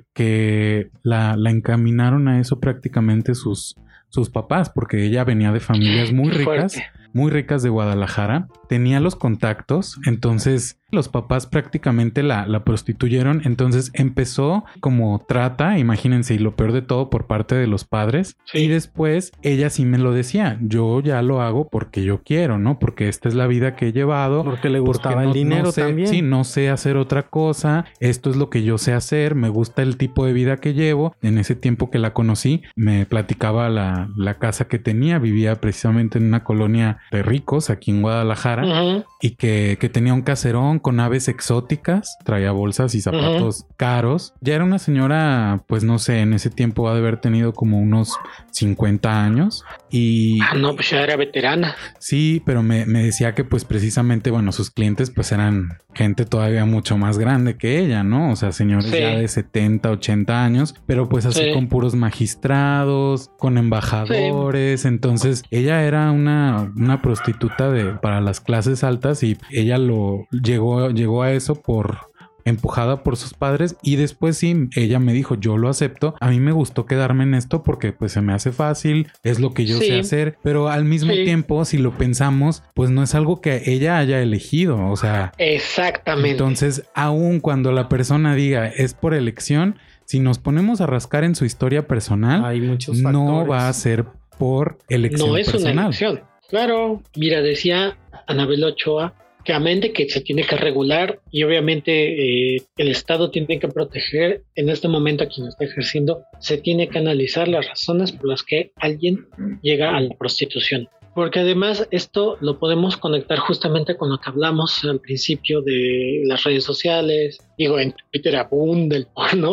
porque la, la encaminaron a eso prácticamente sus, sus papás, porque ella venía de familias muy Qué ricas, fuerte. muy ricas de Guadalajara, tenía los contactos, entonces los papás prácticamente la, la prostituyeron, entonces empezó como trata, imagínense, y lo peor de todo por parte de los padres, Sí. y después ella sí me lo decía, yo ya lo hago porque yo quiero, ¿no? Porque esta es la vida que he llevado, Porque le porque gustaba el dinero sé, también. Sí, no sé hacer otra cosa. Esto es lo que yo sé hacer. Me gusta el tipo de vida que llevo. En ese tiempo que la conocí, me platicaba la, la casa que tenía. Vivía precisamente en una colonia de ricos aquí en Guadalajara Ujú. y que, que tenía un caserón con aves exóticas. Traía bolsas y zapatos caros. Ya era una señora, pues no sé, en ese tiempo ha de haber tenido como unos cincuenta años. Y Ah, no, pues ya era veterana. sí, pero me, me decía que pues precisamente, bueno, sus clientes pues eran gente todavía mucho más grande que ella, ¿no? O sea, señores Sí. ya de setenta, ochenta años, pero pues así Sí. con puros magistrados, con embajadores. Entonces ella era una, una prostituta de, para las clases altas y ella lo llegó, llegó a eso por... empujada por sus padres y después sí, ella me dijo, yo lo acepto, a mí me gustó quedarme en esto porque pues se me hace fácil, es lo que yo Sí. sé hacer, pero al mismo Sí. tiempo, si lo pensamos, pues no es algo que ella haya elegido, o sea, Exactamente. entonces aun cuando la persona diga es por elección, si nos ponemos a rascar en su historia personal, Hay muchos no factores. va a ser por elección no es personal. una elección. Claro, mira, decía Anabel Ochoa que amén de que se tiene que regular y obviamente eh, el Estado tiene que proteger en este momento a quien está ejerciendo, se tiene que analizar las razones por las que alguien llega a la prostitución. Porque además esto lo podemos conectar justamente con lo que hablamos al principio de las redes sociales. Digo, en Twitter abunda el porno,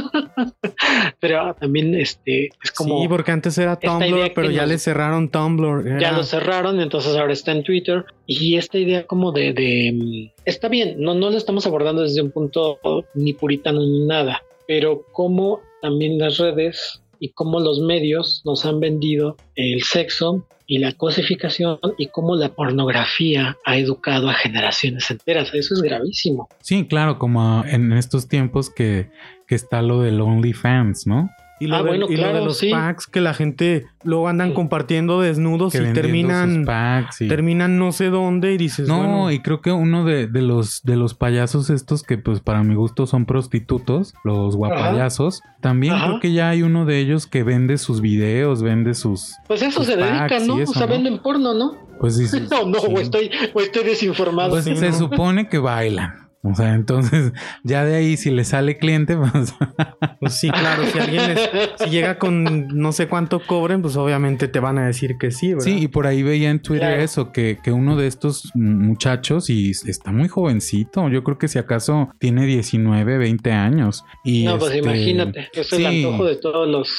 pero también este es como... Sí, porque antes era esta Tumblr, idea que pero ya nos- le cerraron Tumblr. Ya Era- lo cerraron, entonces ahora está en Twitter. Y esta idea como de, de mm, está bien, no, no lo estamos abordando desde un punto ni puritano ni nada, pero cómo también las redes y cómo los medios nos han vendido el sexo y la cosificación y cómo la pornografía ha educado a generaciones enteras. Eso es gravísimo. Sí, claro, como en estos tiempos que, que está lo del OnlyFans, ¿no? Y lo, Ah, de, bueno, y lo claro, de los sí. packs que la gente luego andan Sí. compartiendo desnudos Que y vendiendo terminan sus packs y- terminan no sé dónde y dices, No, bueno, y creo que uno de, de los de los payasos estos que pues para mi gusto son prostitutos, los guapayazos, también Ajá. creo que ya hay uno de ellos que vende sus videos, vende sus... Pues eso sus se packs dedican, ¿no? y eso, o sea, ¿no? venden porno, ¿no? Pues sí, sí, No, no, sí. o estoy, o estoy desinformado. Pues sí, se ¿no? supone que bailan. O sea, entonces ya de ahí si le sale cliente, pues... pues sí, claro, si alguien les, si llega con no sé cuánto cobren, pues obviamente te van a decir que sí, ¿verdad? Sí, y por ahí veía en Twitter Claro. eso, que, que uno de estos muchachos, y está muy jovencito, yo creo que si acaso tiene diecinueve, veinte años. Y No, pues este, imagínate, es el sí. antojo de todos los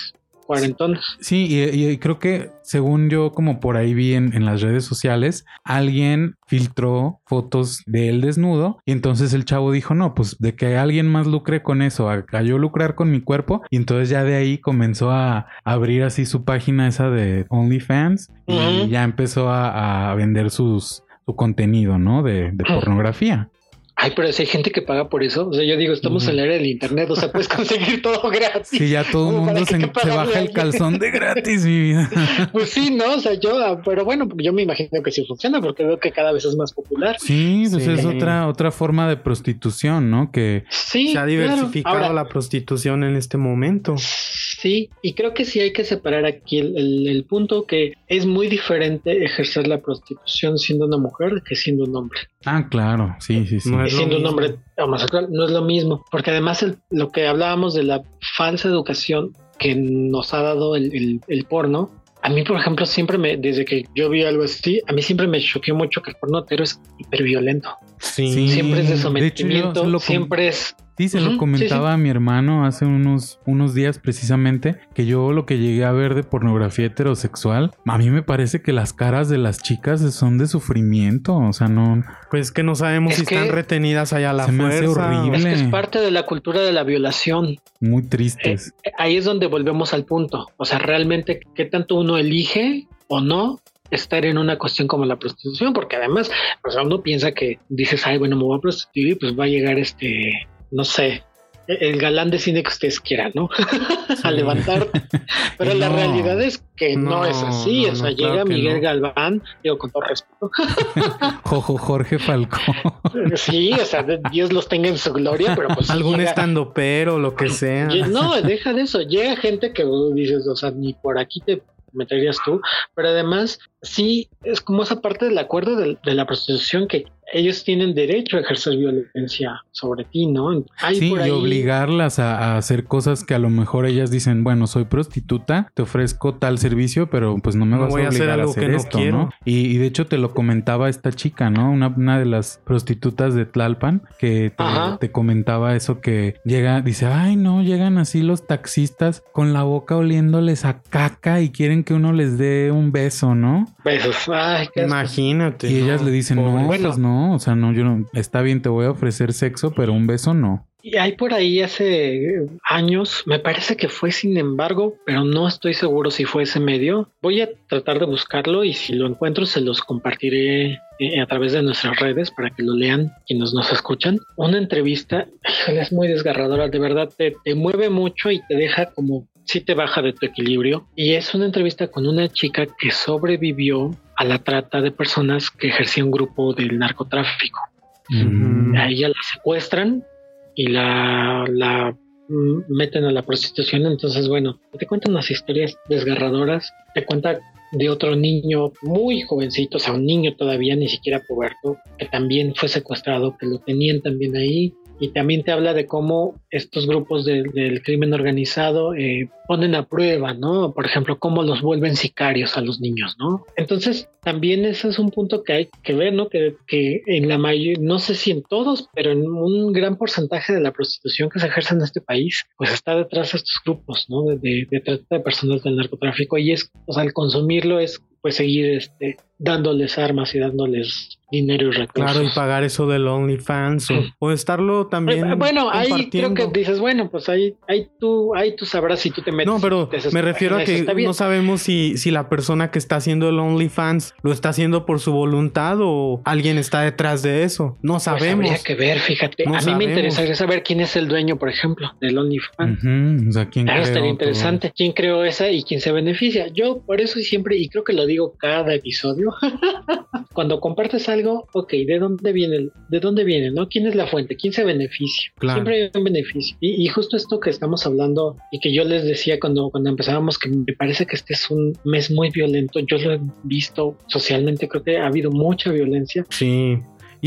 cuarentonas. Sí, y, y creo que según yo, como por ahí vi en, en las redes sociales, alguien filtró fotos de él desnudo y entonces el chavo dijo, no, pues de que alguien más lucre con eso, a, a yo lucrar con mi cuerpo, y entonces ya de ahí comenzó a, a abrir así su página esa de OnlyFans y uh-huh. ya empezó a, a vender sus, su contenido, ¿no? De, de pornografía. Ay, pero si hay gente que paga por eso. O sea, yo digo, estamos uh-huh. en la era del internet, o sea, puedes conseguir todo gratis. Sí, ya todo el mundo se, se baja el calzón de gratis, mi vida. Pues sí, ¿no? O sea, yo, pero bueno, yo me imagino que sí funciona porque veo que cada vez es más popular. Sí, pues sí. es otra, otra forma de prostitución, ¿no? Que sí, se ha diversificado claro. Ahora, la prostitución en este momento. Sí, y creo que sí hay que separar aquí el, el, el punto que es muy diferente ejercer la prostitución siendo una mujer que siendo un hombre. Ah, claro, sí, sí, sí. No siendo un hombre homosexual no es lo mismo, porque además el, lo que hablábamos de la falsa educación que nos ha dado el, el, el porno, a mí, por ejemplo, siempre me, desde que yo vi algo así, a mí siempre me choqueó mucho que el porno hetero es hiperviolento. Sí. Siempre es de sometimiento, de hecho, siempre es... Sí, se uh-huh, lo comentaba sí, sí. a mi hermano hace unos, unos días precisamente, que yo lo que llegué a ver de pornografía heterosexual, a mí me parece que las caras de las chicas son de sufrimiento, o sea, no... Pues que no sabemos es si están retenidas allá a la se fuerza. Me hace horrible. Es que es parte de la cultura de la violación. Muy tristes. Eh, ahí es donde volvemos al punto, o sea, realmente, ¿qué tanto uno elige o no estar en una cuestión como la prostitución? Porque además, o sea, uno piensa que dices, ay, bueno, me voy a prostituir y pues va a llegar este... no sé, el galán de cine que ustedes quieran, ¿no? Sí. A levantar. Pero no, la realidad es que no, no es así. No, o sea, no, llega claro Miguel no. Galván, digo con todo respeto. Jojo Jorge Falcón. Sí, o sea, Dios los tenga en su gloria, pero pues... Algún llega... estandopero, lo que sea. No, deja de eso. Llega gente que dices, o sea, ni por aquí te meterías tú, pero además sí es como esa parte del acuerdo de, de la prostitución que ellos tienen derecho a ejercer violencia sobre ti, ¿no? Hay sí, por ahí... y obligarlas a, a hacer cosas que a lo mejor ellas dicen, bueno, soy prostituta, te ofrezco tal servicio, pero pues no me vas no a obligar a hacer, a hacer esto, no, ¿no? Y, y de hecho te lo comentaba esta chica, ¿no? Una, una de las prostitutas de Tlalpan que te, te comentaba eso, que llega, dice, ay no, llegan así los taxistas con la boca oliéndoles a caca y quieren que uno les dé un beso, ¿no? Besos, ay, qué imagínate. Y no, ellas le dicen, no, bueno, pues no, o sea, no, yo no, está bien, te voy a ofrecer sexo, pero un beso no. Y hay por ahí hace años, me parece que fue Sin Embargo, pero no estoy seguro si fue ese medio. Voy a tratar de buscarlo y si lo encuentro se los compartiré eh, a través de nuestras redes para que lo lean quienes nos escuchan. Una entrevista, es muy desgarradora, de verdad te, te mueve mucho y te deja como... sí te baja de tu equilibrio. Y es una entrevista con una chica que sobrevivió a la trata de personas que ejercía un grupo del narcotráfico. Mm. A ella la secuestran y la, la meten a la prostitución. Entonces, bueno, te cuentan unas historias desgarradoras. Te cuenta de otro niño muy jovencito, o sea, un niño todavía, ni siquiera puberto, que también fue secuestrado, que lo tenían también ahí. Y también te habla de cómo estos grupos de, del crimen organizado eh, ponen a prueba, ¿no? Por ejemplo, cómo los vuelven sicarios a los niños, ¿no? Entonces, también ese es un punto que hay que ver, ¿no? Que, que en la mayoría, no sé si en todos, pero en un gran porcentaje de la prostitución que se ejerce en este país, pues está detrás de estos grupos, ¿no? De, de, de trata de personas del narcotráfico. Y es, o sea, al consumirlo es, pues, seguir este, dándoles armas y dándoles dinero y recursos. Claro, y pagar eso del OnlyFans o, o estarlo también. Eh, bueno, ahí creo que dices, bueno, pues ahí, ahí tú, ahí tú sabrás si tú te metes. No, pero me refiero a que no sabemos si, si la persona que está haciendo el OnlyFans lo está haciendo por su voluntad o alguien está detrás de eso. No sabemos. Pues habría que ver, fíjate. No a mí sabemos. Me interesaría saber quién es el dueño, por ejemplo, del OnlyFans. Uh-huh. O sea, quién claro, creó estaría interesante. Todo. ¿Quién creó esa y quién se beneficia? Yo por eso siempre, y creo que lo digo cada episodio, cuando compartes algo, ok, ¿de dónde viene? ¿De dónde viene? ¿No? ¿Quién es la fuente? ¿Quién se beneficia? Claro. Siempre hay un beneficio. Y, y justo esto que estamos hablando y que yo les decía cuando, cuando empezábamos, que me parece que este es un mes muy violento. Yo lo he visto socialmente, creo que ha habido mucha violencia. Sí. Y en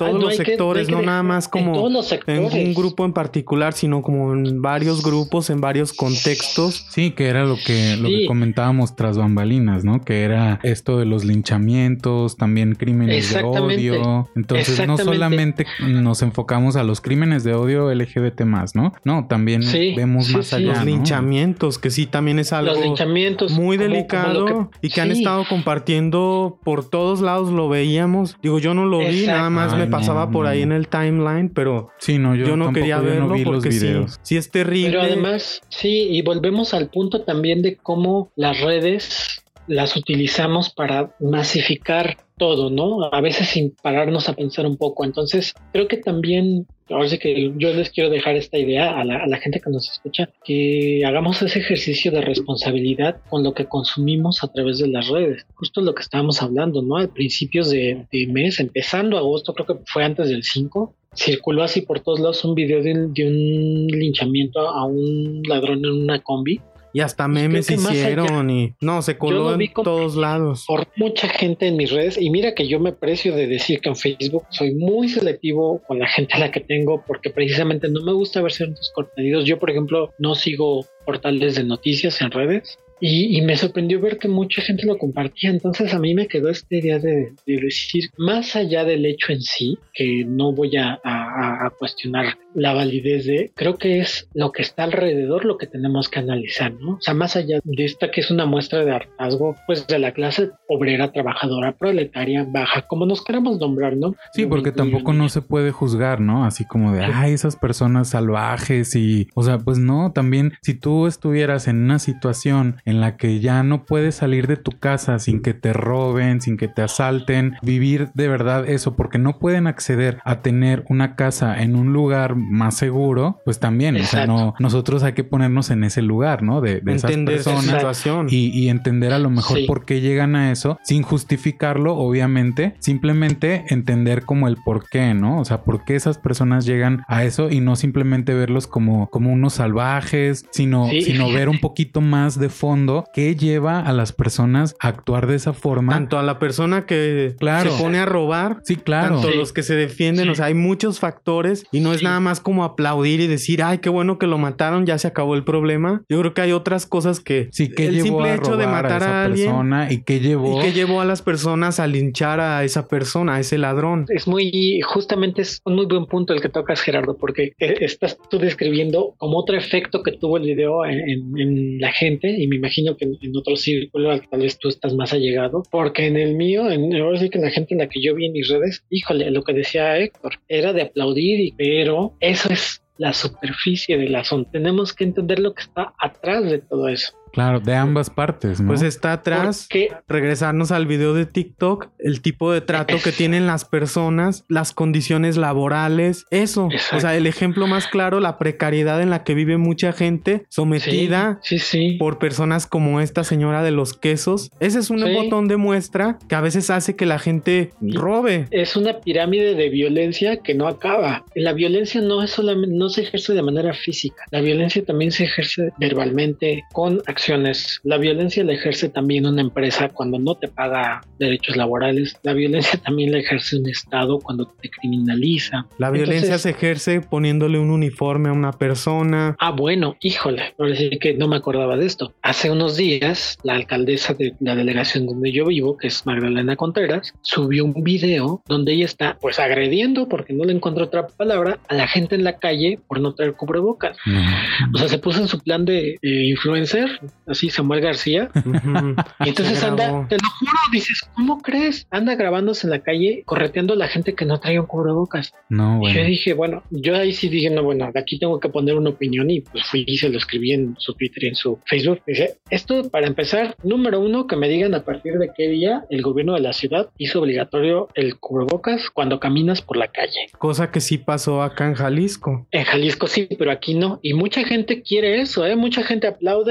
todos Ah, no los hay que- sectores, no no, hay que nada dejar- más en como todos los en sectores. un grupo en particular, sino como en varios grupos, en varios contextos. Sí, que era lo que, lo que Sí. comentábamos tras bambalinas, ¿no? Que era esto de los linchamientos, también crímenes de Exactamente. odio. Entonces no Exactamente. solamente nos enfocamos a los crímenes de odio L G B T más, ¿no? No, también Sí, vemos sí, más sí. allá, Los ¿no? linchamientos, que sí también es algo Los linchamientos. muy como- delicado como lo que- y que han sí. estado compartiendo por todos lados, lo veíamos. Digo, yo no lo vi, Exacto. nada más Ay, me no, pasaba por no, ahí no. en el timeline, pero Sí, no, yo, yo, no tampoco, quería yo verlo no vi los porque sí, videos. sí es terrible. Pero además, sí, y volvemos al punto también de cómo las redes las utilizamos para masificar todo, ¿no? A veces sin pararnos a pensar un poco. Entonces, creo que también, ahora sí que yo les quiero dejar esta idea a la, a la gente que nos escucha, que hagamos ese ejercicio de responsabilidad con lo que consumimos a través de las redes. Justo lo que estábamos hablando, ¿no? A principios de, de mes, empezando agosto, creo que fue antes del cinco, circuló así por todos lados un video de, un- de un linchamiento a un ladrón en una combi. Y hasta Y memes creo que más hicieron y no, se Yo coló lo vi en con- todos lados. por mucha gente en mis redes, y mira que yo me precio de decir que en Facebook soy muy selectivo con la gente a la que tengo, porque precisamente no me gusta ver ciertos contenidos. Yo, por ejemplo, no sigo portales de noticias en redes, y, y me sorprendió ver que mucha gente lo compartía. Entonces a mí me quedó esta idea de, de decir, más allá del hecho en sí, que no voy a, a- a cuestionar la validez de, creo que es lo que está alrededor lo que tenemos que analizar, ¿no? O sea, más allá de esta que es una muestra de hartazgo, pues de la clase obrera, trabajadora, proletaria, baja, como nos queramos nombrar, ¿no? Sí, Yo me porque incluyo tampoco en no ello. se puede juzgar, ¿no? Así como de, ay, esas personas salvajes y, o sea, pues no, también si tú estuvieras en una situación en la que ya no puedes salir de tu casa sin que te roben, sin que te asalten, vivir de verdad eso, porque no pueden acceder a tener una casa en un lugar más seguro, pues también, Exacto. o sea, no, nosotros hay que ponernos en ese lugar, ¿no? De, de esas Entender esa personas. situación. Y, y entender a lo mejor Sí. por qué llegan a eso, sin justificarlo, obviamente, simplemente entender como el por qué, ¿no? O sea, por qué esas personas llegan a eso y no simplemente verlos como, como unos salvajes, sino, Sí, sino fíjate. ver un poquito más de fondo qué lleva a las personas a actuar de esa forma. Tanto a la persona que Claro. se pone a robar, Sí, claro. tanto Sí. los que se defienden, Sí. o sea, hay muchos factores y no es Sí. nada más como aplaudir y decir, ay, qué bueno que lo mataron, ya se acabó el problema. Yo creo que hay otras cosas que Sí, que el llevó simple a hecho de robar matar a esa a alguien persona y qué llevó. y que llevó a las personas a linchar a esa persona, a ese ladrón. Es muy, justamente es un muy buen punto el que tocas, Gerardo, porque eh, estás tú describiendo como otro efecto que tuvo el video en, en- en la gente, y me imagino que en, en otro círculo al que tal vez tú estás más allegado, porque en el mío, en, ahora sí que en la gente en la que yo vi en mis redes, híjole, lo que decía Héctor, era de aplaudir, y- pero eso es la superficie del asunto. Tenemos que entender lo que está atrás de todo eso. Claro, de ambas partes, ¿no? Pues está atrás. Porque Regresarnos al video de TikTok, el tipo de trato que tienen las personas, las condiciones laborales, eso. Exacto. O sea, el ejemplo más claro, la precariedad en la que vive mucha gente sometida sí, sí, sí. por personas como esta señora de los quesos. Ese es un Sí. botón de muestra que a veces hace que la gente robe. Es una pirámide de violencia que no acaba. La violencia no es solamente, no se ejerce de manera física. La violencia también se ejerce verbalmente con acciones. La violencia la ejerce también una empresa cuando no te paga derechos laborales. La violencia también la ejerce un Estado cuando te criminaliza. La violencia Entonces, se ejerce poniéndole un uniforme a una persona. Ah, bueno, híjole, ahora sí que no me acordaba de esto. Hace unos días, la alcaldesa de la delegación donde yo vivo, que es Magdalena Contreras, subió un video donde ella está, pues, agrediendo, porque no le encontró otra palabra, a la gente en la calle por no traer cubrebocas. No. O sea, se puso en su plan de eh, influencer, así Samuel García, Ujú. y entonces Se anda, grabó. te lo juro, dices, ¿cómo crees? Anda grabándose en la calle, correteando a la gente que no trae un cubrebocas. No, Y bueno. yo dije, bueno, yo ahí sí dije, no, bueno, de aquí tengo que poner una opinión, y pues fui y se lo escribí en su Twitter y en su Facebook. Dice, esto para empezar, número uno, que me digan a partir de qué día el gobierno de la ciudad hizo obligatorio el cubrebocas cuando caminas por la calle. Cosa que sí pasó acá en Jalisco. En Jalisco sí, pero aquí no. Y mucha gente quiere eso, ¿eh? Mucha gente aplaude. ¿Ves cómo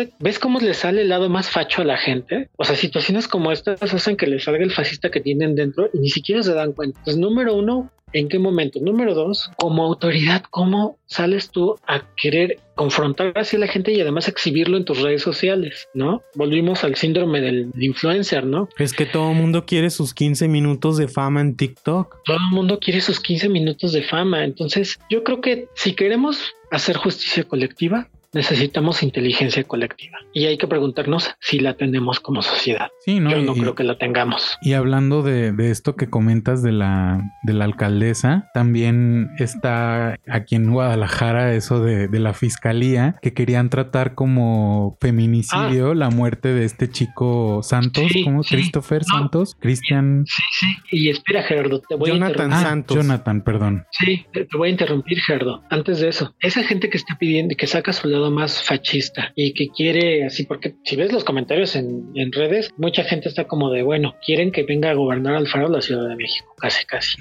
cómo le sale el lado más facho a la gente? O sea, situaciones como estas hacen que le salga el fascista que tienen dentro y ni siquiera se dan cuenta. Entonces, número uno, ¿en qué momento? Número dos, como autoridad, ¿cómo sales tú a querer confrontar así a la gente y además exhibirlo en tus redes sociales, ¿no? Volvimos al síndrome del influencer, ¿no? Es que todo el mundo quiere sus quince minutos de fama en TikTok. Todo el mundo quiere sus quince minutos de fama. Entonces, yo creo que si queremos hacer justicia colectiva, necesitamos inteligencia colectiva y hay que preguntarnos si la tenemos como sociedad. Sí, ¿no? Yo no y, creo que la tengamos. Y hablando de, de esto que comentas de la, de la alcaldesa, también está aquí en Guadalajara eso de, de la fiscalía que querían tratar como feminicidio ah. la muerte de este chico Santos, sí, ¿cómo? Sí. Christopher no. Santos, Cristian. Sí, sí. Y espera, Gerardo, te voy Jonathan a interrumpir. Santos. Ah, Jonathan, perdón. Sí, te, te voy a interrumpir, Gerardo. Antes de eso, esa gente que está pidiendo, que saca su lado más fascista y que quiere así, porque si ves los comentarios en, en redes, mucha gente está como de, bueno, quieren que venga a gobernar Alfaro la Ciudad de México, casi casi.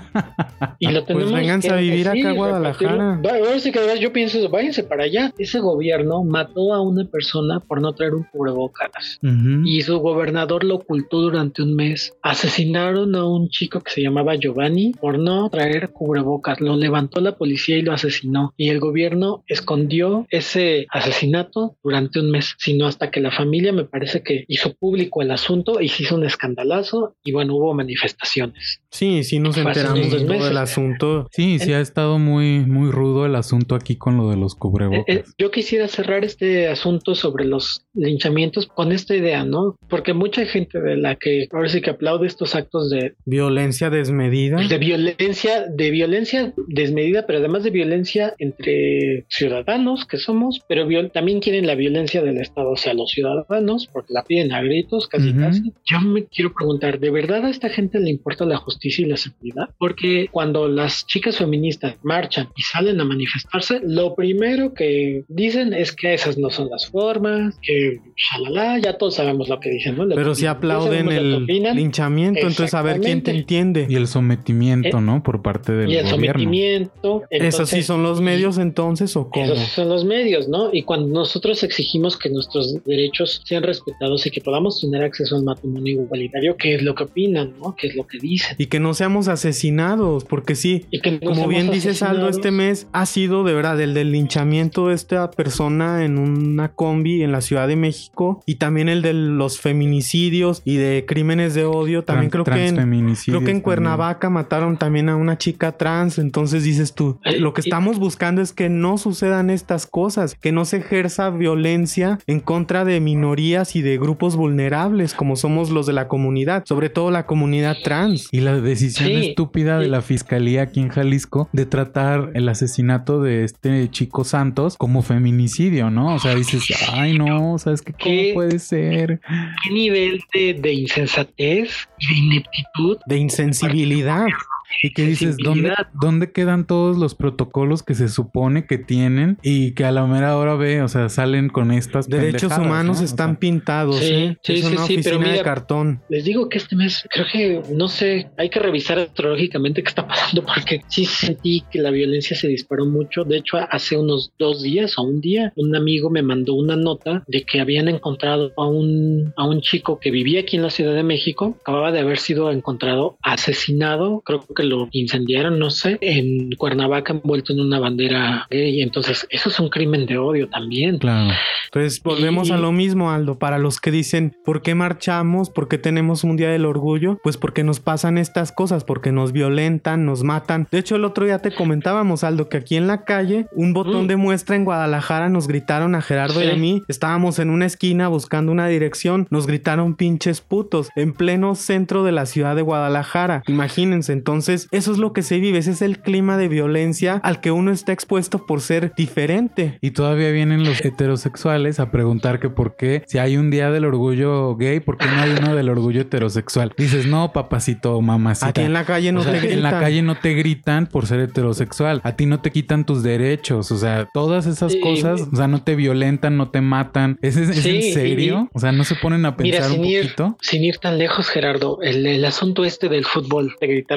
Y lo tenemos pues vénganse que, a vivir sí, acá a Guadalajara. Váyanse, yo pienso, váyanse para allá. Ese gobierno mató a una persona por no traer un cubrebocas uh-huh. y su gobernador lo ocultó durante un mes. Asesinaron a un chico que se llamaba Giovanni por no traer cubrebocas. Lo levantó la policía y lo asesinó. Y el gobierno escondió ese asesinato durante un mes, sino hasta que la familia me parece que hizo público el asunto y se hizo un escandalazo y bueno, hubo manifestaciones. Sí, sí nos enteramos de todo el asunto. Sí, sí ha estado muy, muy rudo el asunto aquí con lo de los cubrebocas. Eh, eh, yo quisiera cerrar este asunto sobre los linchamientos con esta idea, ¿no? Porque mucha gente de la que ahora sí que aplaude estos actos de violencia desmedida. De violencia, de violencia desmedida, pero además de violencia entre ciudadanos que somos, pero viol- también quieren la violencia del Estado hacia los ciudadanos, porque la piden a gritos, casi uh-huh. casi. Yo me quiero preguntar, ¿de verdad a esta gente le importa la justicia y la seguridad? Porque cuando las chicas feministas marchan y salen a manifestarse, lo primero que dicen es que esas no son las formas, que shalala, ya todos sabemos lo que dicen, ¿no? Lo pero si aplauden el linchamiento, entonces a ver quién te entiende. Y el sometimiento, eh, ¿no? Por parte del y el gobierno. sometimiento. Entonces, ¿esos sí son los medios entonces o cómo? Esos son los medios, ¿no? Y cuando nosotros exigimos que nuestros derechos sean respetados y que podamos tener acceso al matrimonio igualitario, ¿qué es lo que opinan, no? ¿Qué es lo que dicen? Y que no seamos asesinados, porque sí, y que no como bien dices Aldo, este mes ha sido de verdad el del linchamiento de esta persona en una combi en la Ciudad de México y también el de los feminicidios y de crímenes de odio. También Tran- creo que en, creo que en Cuernavaca también. mataron también a una chica trans. Entonces dices tú, eh, lo que estamos buscando es que no sucedan estas cosas, que no se ejerza violencia en contra de minorías y de grupos vulnerables como somos los de la comunidad, sobre todo la comunidad trans. Y la decisión sí, estúpida sí. de la fiscalía aquí en Jalisco de tratar el asesinato de este chico Santos como feminicidio, ¿no? O sea, dices, ay no, ¿sabes qué? ¿Cómo puede ser? ¿Qué nivel de, de insensatez y de ineptitud? De insensibilidad. Y que dices, ¿dónde, ¿dónde quedan todos los protocolos que se supone que tienen y que a la mera hora ve, o sea, salen con estas derechos humanos, ¿no? Están o sea, pintados, sí, ¿eh? Sí, es sí, una sí, oficina pero mira, de cartón. Les digo que este mes, creo que, no sé, hay que revisar astrológicamente qué está pasando porque sí sentí que la violencia se disparó mucho. De hecho, hace unos dos días o un día, un amigo me mandó una nota de que habían encontrado a un, a un chico que vivía aquí en la Ciudad de México, acababa de haber sido encontrado asesinado, creo que lo incendiaron, no sé, en Cuernavaca envuelto en una bandera gay. Entonces, eso es un crimen de odio también. Claro. Pues volvemos y... a lo mismo, Aldo. Para los que dicen, ¿por qué marchamos? ¿Por qué tenemos un día del orgullo? Pues porque nos pasan estas cosas, porque nos violentan, nos matan. De hecho, el otro día te comentábamos, Aldo, que aquí en la calle, un botón mm. de muestra en Guadalajara nos gritaron a Gerardo sí. y a mí. Estábamos en una esquina buscando una dirección. Nos gritaron pinches putos en pleno centro de la ciudad de Guadalajara. Imagínense, entonces, eso es lo que se vive, ese es el clima de violencia al que uno está expuesto por ser diferente. Y todavía vienen los heterosexuales a preguntar que por qué, si hay un día del orgullo gay, ¿por qué no hay uno del orgullo heterosexual? Dices, no, papacito, mamacita. Aquí en la calle no o sea, te gritan. En la calle no te gritan por ser heterosexual. A ti no te quitan tus derechos. O sea, todas esas sí. cosas, o sea, no te violentan, no te matan. ¿Es, es, sí, ¿es en serio? Y, o sea, ¿no se ponen a pensar mira, un poquito? Ir, sin ir tan lejos, Gerardo, el, el asunto este del fútbol, de gritar puto en los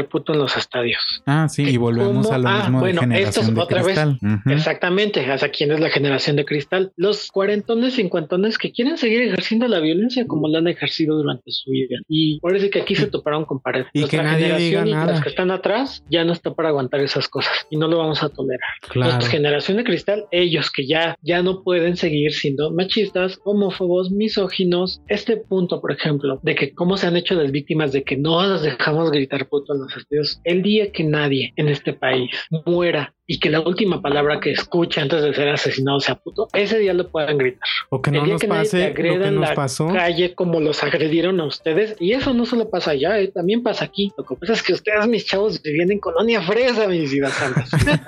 los estadios. Ah, sí, y volvemos ¿Cómo? a lo ah, mismo bueno, de generación estos de otra cristal. vez, Uh-huh. Exactamente, hasta quién es la generación de cristal. Los cuarentones, cincuentones que quieren seguir ejerciendo la violencia como la han ejercido durante su vida. Y parece que aquí se toparon con pared. Y Nuestra que nadie generación diga y nada. las que están atrás ya no está para aguantar esas cosas y no lo vamos a tolerar. Claro. Nuestra generación de cristal, ellos que ya, ya no pueden seguir siendo machistas, homófobos, misóginos. Este punto, por ejemplo, de que cómo se han hecho las víctimas de que no las dejamos gritar puto en los estudios. El día que nadie en este país muera y que la última palabra que escuche antes de ser asesinado sea puto, ese día lo pueden gritar. O que no el día nos que pase nadie te agreda lo que en nos la pasó. calle como los agredieron a ustedes, y eso no solo pasa allá, eh, también pasa aquí. Lo que pasa es que ustedes, mis chavos, vivían en Colonia Fresa, mis vidas santas.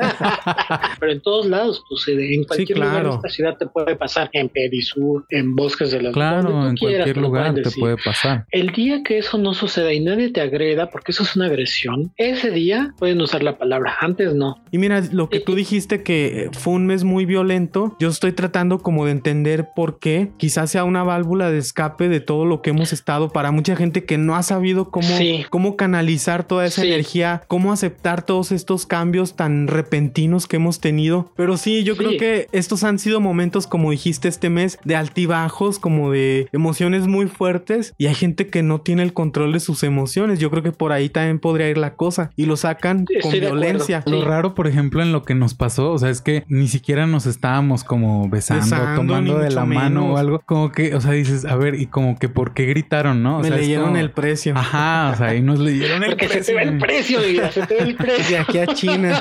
Pero en todos lados sucede, en cualquier Sí, claro. lugar de esta ciudad te puede pasar, en Perisur, en Bosques de la Claro, en quieras, cualquier te lo lugar pueden te decir. puede pasar. El día que eso no suceda y nadie te agreda, porque eso es una agresión, ese día pueden usar la palabra, antes no. Y mira, lo que tú dijiste que fue un mes muy violento, yo estoy tratando como de entender por qué. Quizás sea una válvula de escape de todo lo que hemos estado para mucha gente que no ha sabido cómo, Sí. cómo canalizar toda esa Sí. energía, cómo aceptar todos estos cambios tan repentinos que hemos tenido. Pero sí, yo Sí. creo que estos han sido momentos, como dijiste, este mes de altibajos, como de emociones muy fuertes, y hay gente que no tiene el control de sus emociones. Yo creo que por ahí también podría ir la cosa y lo sacan Estoy con de acuerdo. violencia. Sí. Lo raro, por ejemplo, en lo que nos pasó, o sea, es que ni siquiera nos estábamos como besando, Besando, tomando ni de mucho la mano menos. o algo. Como que, o sea, dices, a ver, y como que ¿por qué gritaron, no? O Me sea, es leyeron como- el precio. Ajá, o sea, ahí nos leyeron el Porque se te precio. ve el precio, mi vida, se te ve el De precio. aquí a China.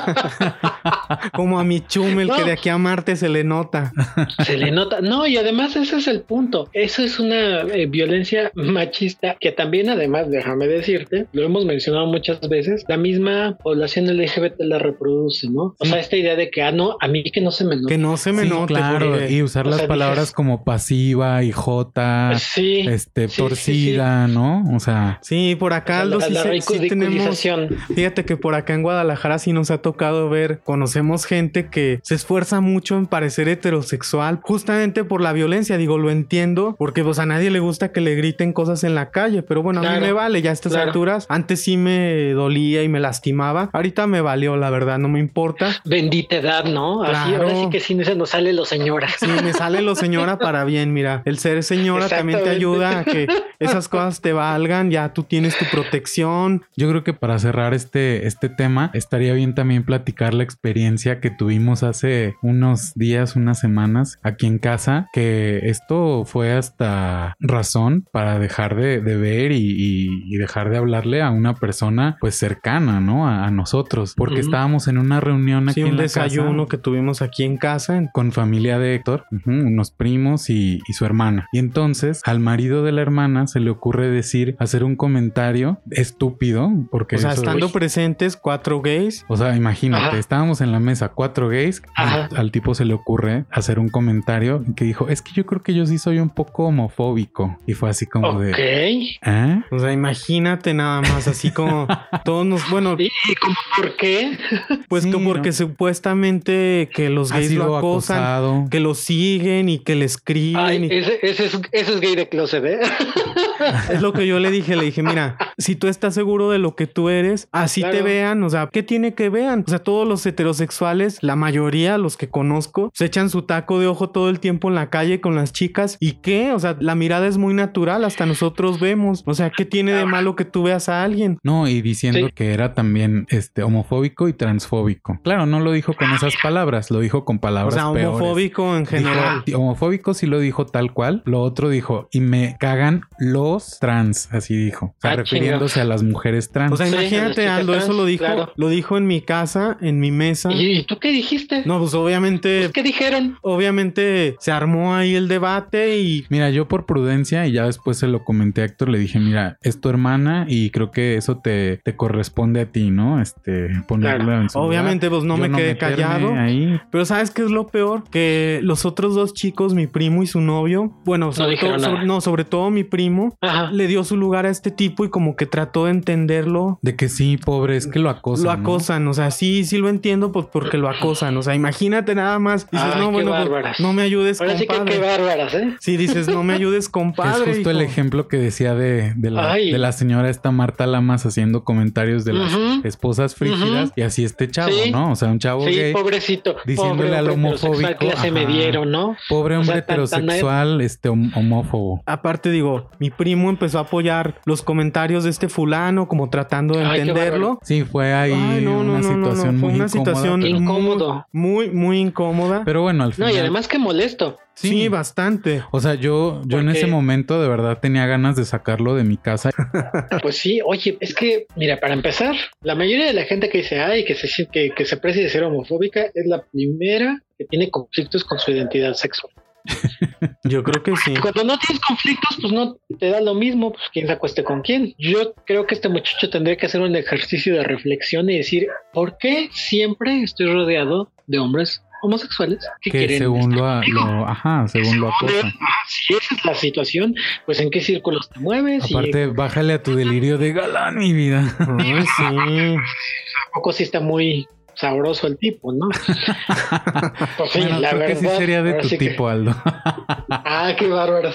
Como a mi Chumel, No. que de aquí a Marte se le nota. Se le nota. No, y además ese es el punto. Eso es una eh, violencia machista que también, además, déjame decirte, lo hemos mencionado muchas veces, la misma población L G B T la reproduce, ¿no? O Sí. sea, esta idea de que, ah, no, a mí que no se me nota. Que no se me Sí, note. claro, porque- y usar o las sea, palabras dices- como pasiva y jota, Sí. este, sí, sí, torcida, ¿no? O sea, Sí, por acá, Aldo, la, sí, la se- sí tenemos... ridiculización. Fíjate que por acá en Guadalajara sí nos ha tocado ver, conocemos gente que se esfuerza mucho en parecer heterosexual, justamente por la violencia. Digo, lo entiendo, porque pues a nadie le gusta que le griten cosas en la calle, pero bueno, a Claro, mí me vale ya a estas claro. alturas. Antes sí me dolía y me lastimaba, ahorita me valió, la verdad, no me importa. Bendita edad, ¿no? Así, Claro. ahora sí que sí se nos sale lo señora. Sí, me sale lo señora para bien, mira. El ser señora también te Exactamente. ayuda a que esas cosas te valgan, ya tú tienes tu protección. yo creo que para cerrar este, este tema, estaría bien también platicar la experiencia que tuvimos hace unos días, unas semanas, aquí en casa, que esto fue hasta razón para dejar de, de ver y, y- y dejar de hablarle a una persona pues cercana, ¿no? A, a nosotros, porque Ujú. estábamos en una reunión aquí Sí, un en la desayuno casa que tuvimos aquí en casa. con familia de Héctor, ujú, unos primos y, y su hermana. Y entonces al marido de la hermana se le ocurre decir, hacer un comentario estúpido, porque O sea, eso- estando presentes cuatro gays. o sea, imagínate, Ajá. estábamos en la mesa cuatro gays, Ajá. al, al tipo se le ocurre hacer un comentario que dijo, es que yo creo que yo sí soy un poco homofóbico. Y fue así como Ok. de, ¿eh? O sea, imagínate nada más, así como todos nos... Bueno, ¿Y cómo por qué? pues Sí, que porque ¿no? supuestamente que los Ha gays sido lo acosan, acosado. que lo siguen y que le escriben. Ay, y... ese, ese, es, ese es gay de closet, ¿eh? Es lo que yo le dije, le dije, mira, si tú estás seguro de lo que tú eres, así Claro. te vean, o sea, ¿qué tiene que vean? O sea, todos los heterosexuales, la mayoría, los que conozco, se echan su taco de ojo todo el tiempo en la calle con las chicas. ¿Y qué? O sea, la mirada es muy natural, hasta nosotros vemos. O sea, ¿qué tiene de malo que tú veas a alguien? No, y diciendo Sí. que era también este homofóbico y transfóbico. Claro, no lo dijo con esas palabras, lo dijo con O palabras sea, peores. homofóbico en general. Dijo, homofóbico sí lo dijo tal cual. Lo otro dijo, y me cagan los trans, así dijo. O sea, Ah, refiriéndose a las mujeres trans. O sea, Sí, imagínate, las chicas Aldo, eso trans, lo dijo, claro. lo dijo en mi casa, en mi mesa. ¿Y, y tú qué dijiste? No, pues obviamente, Pues, ¿qué dijeron? obviamente se armó ahí el debate y Mira, yo por prudencia y ya después se lo comenté a Héctor, le dije, mira, es tu hermana y creo que eso te, te corresponde a ti, ¿no? Este, ponerla Claro. en su obviamente lugar. pues no Yo me quedé meterme callado. ahí. Pero ¿sabes qué es lo peor? Que los otros dos chicos, mi primo y su novio, bueno, sobre todo, dijeron sobre- nada. no, sobre todo mi primo, primo, Ajá. le dio su lugar a este tipo y como que trató de entenderlo. De que sí, pobre, es que lo acosan. Lo acosan, ¿no? O sea, sí, sí lo entiendo, pues porque lo acosan. O sea, imagínate nada más. Dices, Ay, no, qué bueno, pues, bárbaras. no me ayudes, Ahora compadre. sí que qué bárbaras, ¿eh? Sí, dices, no me ayudes, compadre. Es justo el hijo. ejemplo que decía de, de, la, Ay. de la señora esta Marta Lamas haciendo comentarios de las Ujú. esposas frígidas. Ujú. Y así este chavo, Sí. ¿no? O sea, un chavo Sí, gay. pobrecito. diciéndole pobre al hombre heterosexual homofóbico, clase ajá. me dieron, ¿no? Pobre O hombre sea, tan- tan- heterosexual, este hom- homófobo. Aparte, digo, mi primo empezó a apoyar los comentarios de este fulano, como tratando de Ay, qué entenderlo. Sí, fue ahí Ay, no, no, una no, no, no, situación fue muy una incómoda. situación pero- Incómodo. Muy, muy incómoda. Pero bueno, al No, final... y además que molesto. sí, sí. bastante. O sea, yo, yo en Porque- ese momento de verdad tenía ganas de sacarlo de mi casa. Pues sí, oye, es que, mira, para empezar, la mayoría de la gente que dice, ay, que se, sien- que, que se precia de ser homofóbica, es la primera que tiene conflictos con su identidad sexual. Yo creo que sí. Y cuando no tienes conflictos, pues no te da lo mismo, pues quién se acueste con quién. Yo creo que este muchacho tendría que hacer un ejercicio de reflexión y decir, ¿por qué siempre estoy rodeado de hombres homosexuales que, Que quieren según estar lo, conmigo? lo- ajá, según lo Según acosan. él, ajá, si esa es la situación, pues en qué círculos te mueves. Aparte, bájale a tu delirio de galán, mi vida. Ay, sí. Y a poco sí está muy sabroso el tipo, ¿no? Pues sí, Bueno, la creo verdad. que sí sería de ahora tu sí que- tipo, Aldo. Ah, qué bárbaro.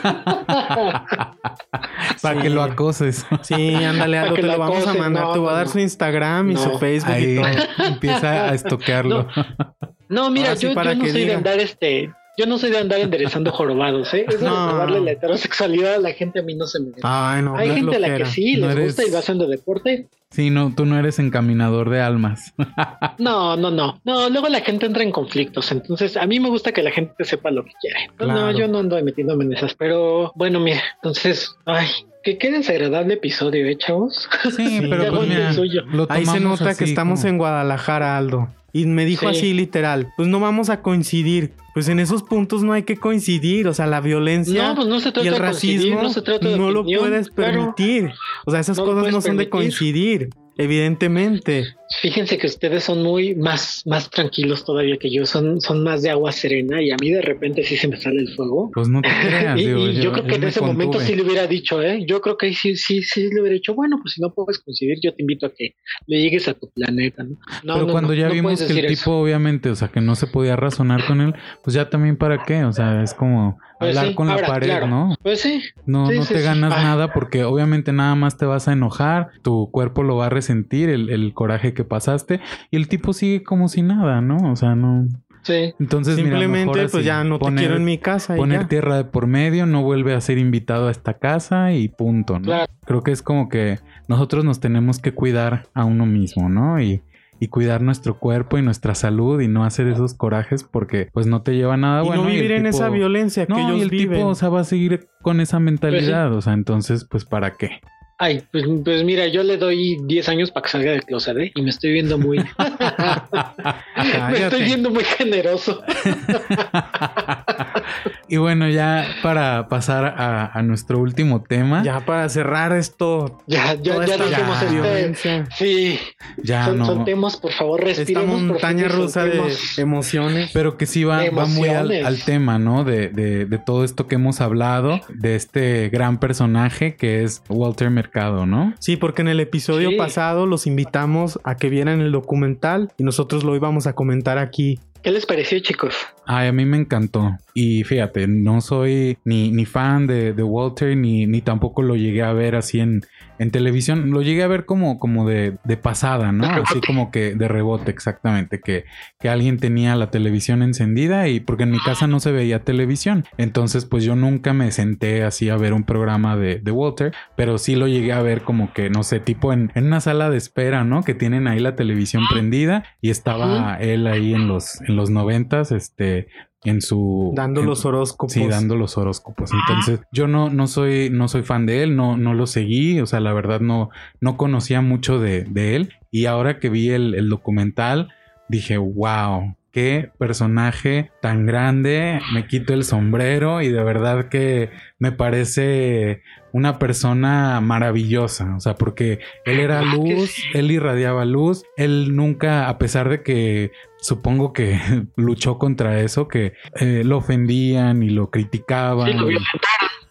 Para Sí. que lo acoses. Sí, ándale, Para algo que te lo lo vamos a acosen, mandar. no, te voy a no, dar no. su Instagram y No. su Facebook Ahí y todo. empieza a estoquearlo. No, mira, Ahora sí, yo, para yo no que soy de diga. andar este. Yo no soy de andar enderezando jorobados, ¿eh? Eso No. de darle la heterosexualidad a la gente a mí no se me da. Ay, no, Hay qué gente a la que flojera. sí No les eres- gusta y va haciendo deporte. Sí, no, tú no eres encaminador de almas. No, no, no. No, luego la gente entra en conflictos. Entonces, a mí me gusta que la gente sepa lo que quiere. Pues Claro. no, yo no ando metiéndome en esas. Pero bueno, mira, entonces, ay, que qué desagradable episodio, ¿eh, chavos? Sí, Sí, pero ya pues aguante mira, el suyo. lo Ahí se tomamos nota que así estamos como- en Guadalajara, Aldo. Y me dijo Sí. así literal, pues no vamos a coincidir. Pues en esos puntos no hay que coincidir. O sea, la violencia No, pues no se trata y el de coincidir, racismo no se trata de no lo opinión, puedes claro. permitir. O sea, esas No lo cosas puedes no son de permitir. coincidir, evidentemente. Fíjense que ustedes son muy más, más tranquilos todavía que yo, son, son más de agua serena y a mí de repente sí se me sale el fuego. Pues no te creas, y, digo, y yo, yo, creo que yo en me ese momento contuve. sí le hubiera dicho, ¿eh? Yo creo que ahí sí, sí, sí le hubiera dicho, bueno, pues si no puedes coincidir, yo te invito a que le llegues a tu planeta, ¿no? No, Pero no, cuando no, ya no vimos puedes que el decir tipo, eso. obviamente, o sea, que no se podía razonar con él, pues ya también para qué, o sea, es como Pues hablar sí, con ahora, la pared, claro. ¿no? Pues sí. No, Sí, no sí, te sí. ganas Ay. nada porque obviamente nada más te vas a enojar, tu cuerpo lo va a resentir, el, el coraje que pasaste, y el tipo sigue como si nada, ¿no? O sea, no... Sí. Entonces, mira, Simplemente, mejor pues así, ya no te poner- quiero en mi casa. Y Poner ya. tierra de por medio, no vuelve a ser invitado a esta casa y punto, ¿no? Claro. Creo que es como que nosotros nos tenemos que cuidar a uno mismo, ¿no? Y, y cuidar nuestro cuerpo y nuestra salud y no hacer esos corajes porque pues no te lleva a nada y bueno. no y el vivir en tipo- esa violencia que No, ellos y el viven. tipo, o sea, va a seguir con esa mentalidad, o sea, entonces, pues, ¿para qué? Ay, pues, pues mira, yo le doy diez años para que salga del closet, ¿eh? Y me estoy viendo muy... me Cállate. estoy viendo muy generoso. Y bueno, ya para pasar a, a nuestro último tema, ya, Ya para cerrar esto. Ya, ya, toda ya esta dijimos este... violencia, Sí, Sol- no. soltemos, por favor, esta respiremos. montaña profundo y rusa de soltemos. emociones. Pero que sí va, va muy al, Emociones. al tema, ¿no? De, de, de todo esto que hemos hablado, de este gran personaje que es Walter Mercado, ¿no? Sí, porque en el episodio Sí. pasado los invitamos a que vieran el documental y nosotros lo íbamos a comentar aquí. ¿Qué les pareció, chicos? Ay, a mí me encantó. Y fíjate, no soy ni, ni fan de, de Walter, ni, ni tampoco lo llegué a ver así en, en televisión. Lo llegué a ver como, como de, de pasada, ¿no? De rebote. Así como que de rebote, exactamente. Que, que alguien tenía la televisión encendida y porque en mi casa no se veía televisión. Entonces, pues yo nunca me senté así a ver un programa de, de Walter, pero sí lo llegué a ver como que, no sé, tipo en, en una sala de espera, ¿no? Que tienen ahí la televisión prendida y estaba él ahí en los, en los noventas, este... en su Dando en- los horóscopos. Sí, dando los horóscopos. Entonces, yo no, no soy, no soy fan de él, no, no lo seguí. O sea, la verdad no, no conocía mucho de, de él. Y ahora que vi el, el documental, dije, wow, qué personaje tan grande. Me quito el sombrero y de verdad que me parece una persona maravillosa. O sea, porque él era Ah, que luz, sí. él irradiaba luz. Él nunca, a pesar de que supongo que luchó contra eso, que eh, lo ofendían y lo criticaban. Sí, lo y- violentaron.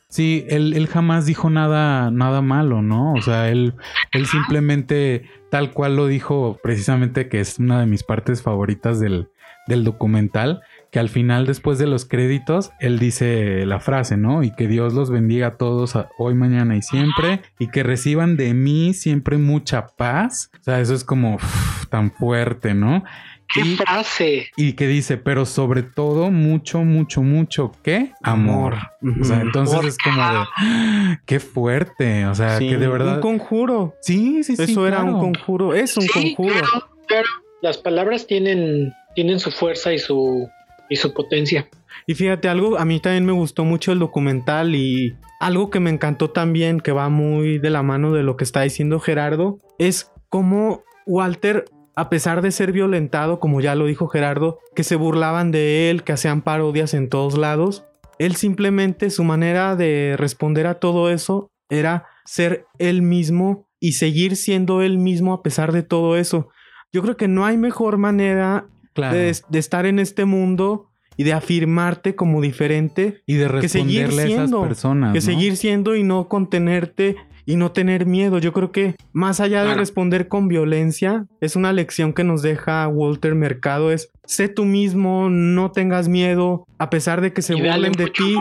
Sí, él, él jamás dijo nada, nada malo, ¿no? O sea, él, él simplemente, tal cual lo dijo, precisamente, que es una de mis partes favoritas del, del documental, que al final, después de los créditos, él dice la frase, ¿no? Y que Dios los bendiga a todos a, hoy, mañana y siempre, y que reciban de mí siempre mucha paz. O sea, eso es como uf, tan fuerte, ¿no? ¡Qué y, frase! Y que dice, pero sobre todo, mucho, mucho, mucho, ¿qué? Amor. Uh-huh. O sea, entonces Por es como de, ¡qué fuerte! O sea, sí, que de verdad... un conjuro. Sí, sí, sí. Eso era claro. un conjuro, es un sí, conjuro. Claro, claro. Las palabras tienen, tienen su fuerza y su, y su potencia. Y fíjate, algo, a mí también me gustó mucho el documental y algo que me encantó también, que va muy de la mano de lo que está diciendo Gerardo, es cómo Walter... a pesar de ser violentado, como ya lo dijo Gerardo, que se burlaban de él, que hacían parodias en todos lados, él simplemente, su manera de responder a todo eso era ser él mismo y seguir siendo él mismo a pesar de todo eso. Yo creo que no hay mejor manera claro. de, de estar en este mundo y de afirmarte como diferente y de responderle a esas personas, que ¿no? seguir siendo y no contenerte y no tener miedo. Yo creo que más allá de responder con violencia, es una lección que nos deja Walter Mercado, es sé tú mismo, no tengas miedo, a pesar de que se burlen de ti.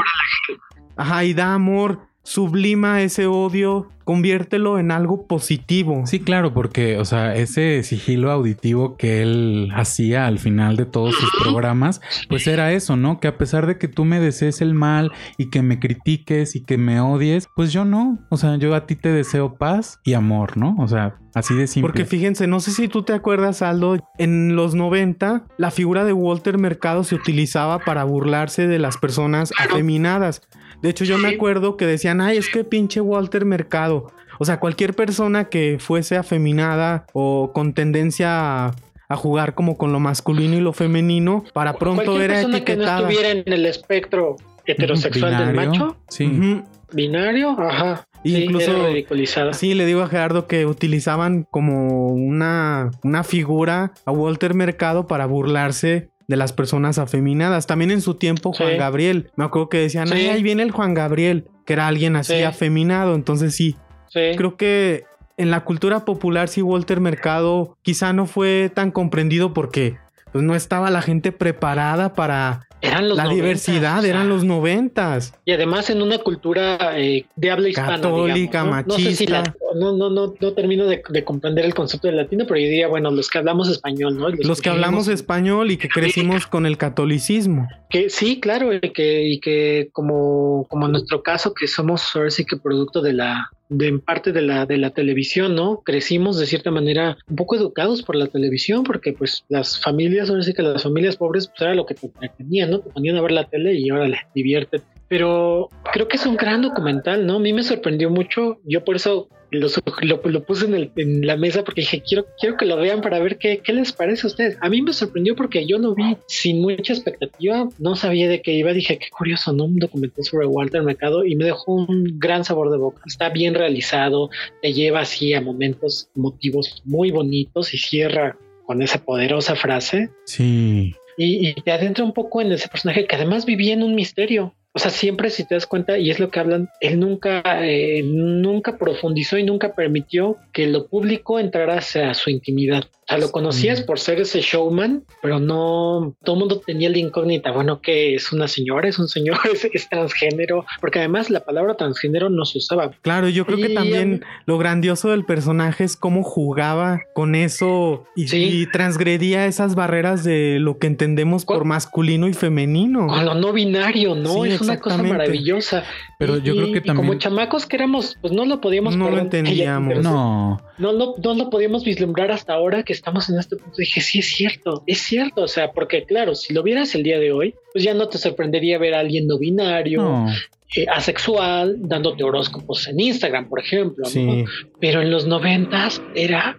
Ajá, y da amor, sublima ese odio, conviértelo en algo positivo. Sí, claro, porque, o sea, ese sigilo auditivo que él hacía al final de todos sus programas, pues era eso, ¿no? Que a pesar de que tú me desees el mal y que me critiques y que me odies, pues yo no. O sea, yo a ti te deseo paz y amor, ¿no? O sea, así de simple. Porque fíjense, no sé si tú te acuerdas, Aldo, en los noventa, la figura de Walter Mercado se utilizaba para burlarse de las personas afeminadas. De hecho, yo me acuerdo que decían, ay, es que pinche Walter Mercado. O sea, cualquier persona que fuese afeminada o con tendencia a, a jugar como con lo masculino y lo femenino, para pronto cualquier era persona etiquetada. Que no estuviera en el espectro heterosexual binario, del macho. Sí. Uh-huh. Binario, ajá. Y sí, incluso era ridiculizada. Sí, le digo a Gerardo que utilizaban como una, una figura a Walter Mercado para burlarse de las personas afeminadas. También en su tiempo Juan sí. Gabriel. Me acuerdo que decían, sí. ay, ahí viene el Juan Gabriel, que era alguien así sí. afeminado. Entonces sí, sí, creo que en la cultura popular sí Walter Mercado quizá no fue tan comprendido porque pues no estaba la gente preparada para... Eran los la noventas, diversidad, o sea, eran los noventas. Y además en una cultura eh, de habla hispana, católica, digamos, ¿no? machista. No sé si la, no, no, no, no termino de, de comprender el concepto de latino, pero yo diría, bueno, los que hablamos español, ¿no? Los, los que, que hablamos español y que crecimos con el catolicismo. Que sí, claro, y que, y que como, como en nuestro caso, que somos ahora sí que producto de la... de en parte de la de la televisión, ¿no? Crecimos de cierta manera un poco educados por la televisión, porque pues las familias, ahora sí que las familias pobres, pues era lo que te entretenían, ¿no? Te ponían a ver la tele y órale, diviértete. Pero creo que es un gran documental, ¿no? A mí me sorprendió mucho, yo por eso lo, lo, lo puse en, el, en la mesa, porque dije, quiero, quiero que lo vean para ver qué, qué les parece a ustedes. A mí me sorprendió porque yo lo vi sin mucha expectativa, no sabía de qué iba, dije, qué curioso, ¿no? Un documental sobre Walter Mercado, y me dejó un gran sabor de boca. Está bien realizado, te lleva así a momentos emotivos muy bonitos y cierra con esa poderosa frase. Sí. Y, y te adentra un poco en ese personaje que además vivía en un misterio. O sea, siempre, si te das cuenta, y es lo que hablan, él nunca, eh, nunca profundizó y nunca permitió que lo público entrara a su intimidad. O sea, lo conocías por ser ese showman, pero no, todo el mundo tenía la incógnita, bueno, que es una señora, es un señor, es, es transgénero, porque además la palabra transgénero no se usaba. Claro, yo creo y, que también lo grandioso del personaje es cómo jugaba con eso y, ¿sí? y transgredía esas barreras de lo que entendemos por masculino y femenino. Con lo no binario, ¿no? Sí, es una cosa maravillosa. Pero y, yo creo que y también... como chamacos que éramos, pues no lo podíamos... No lo entendíamos. No. No, no, no lo podíamos vislumbrar hasta ahora que estamos en este punto. Dije, sí, es cierto, es cierto. O sea, porque claro, si lo vieras el día de hoy, pues ya no te sorprendería ver a alguien no binario, no. Eh, asexual, dándote horóscopos en Instagram, por ejemplo, sí. ¿no? Pero en los noventas era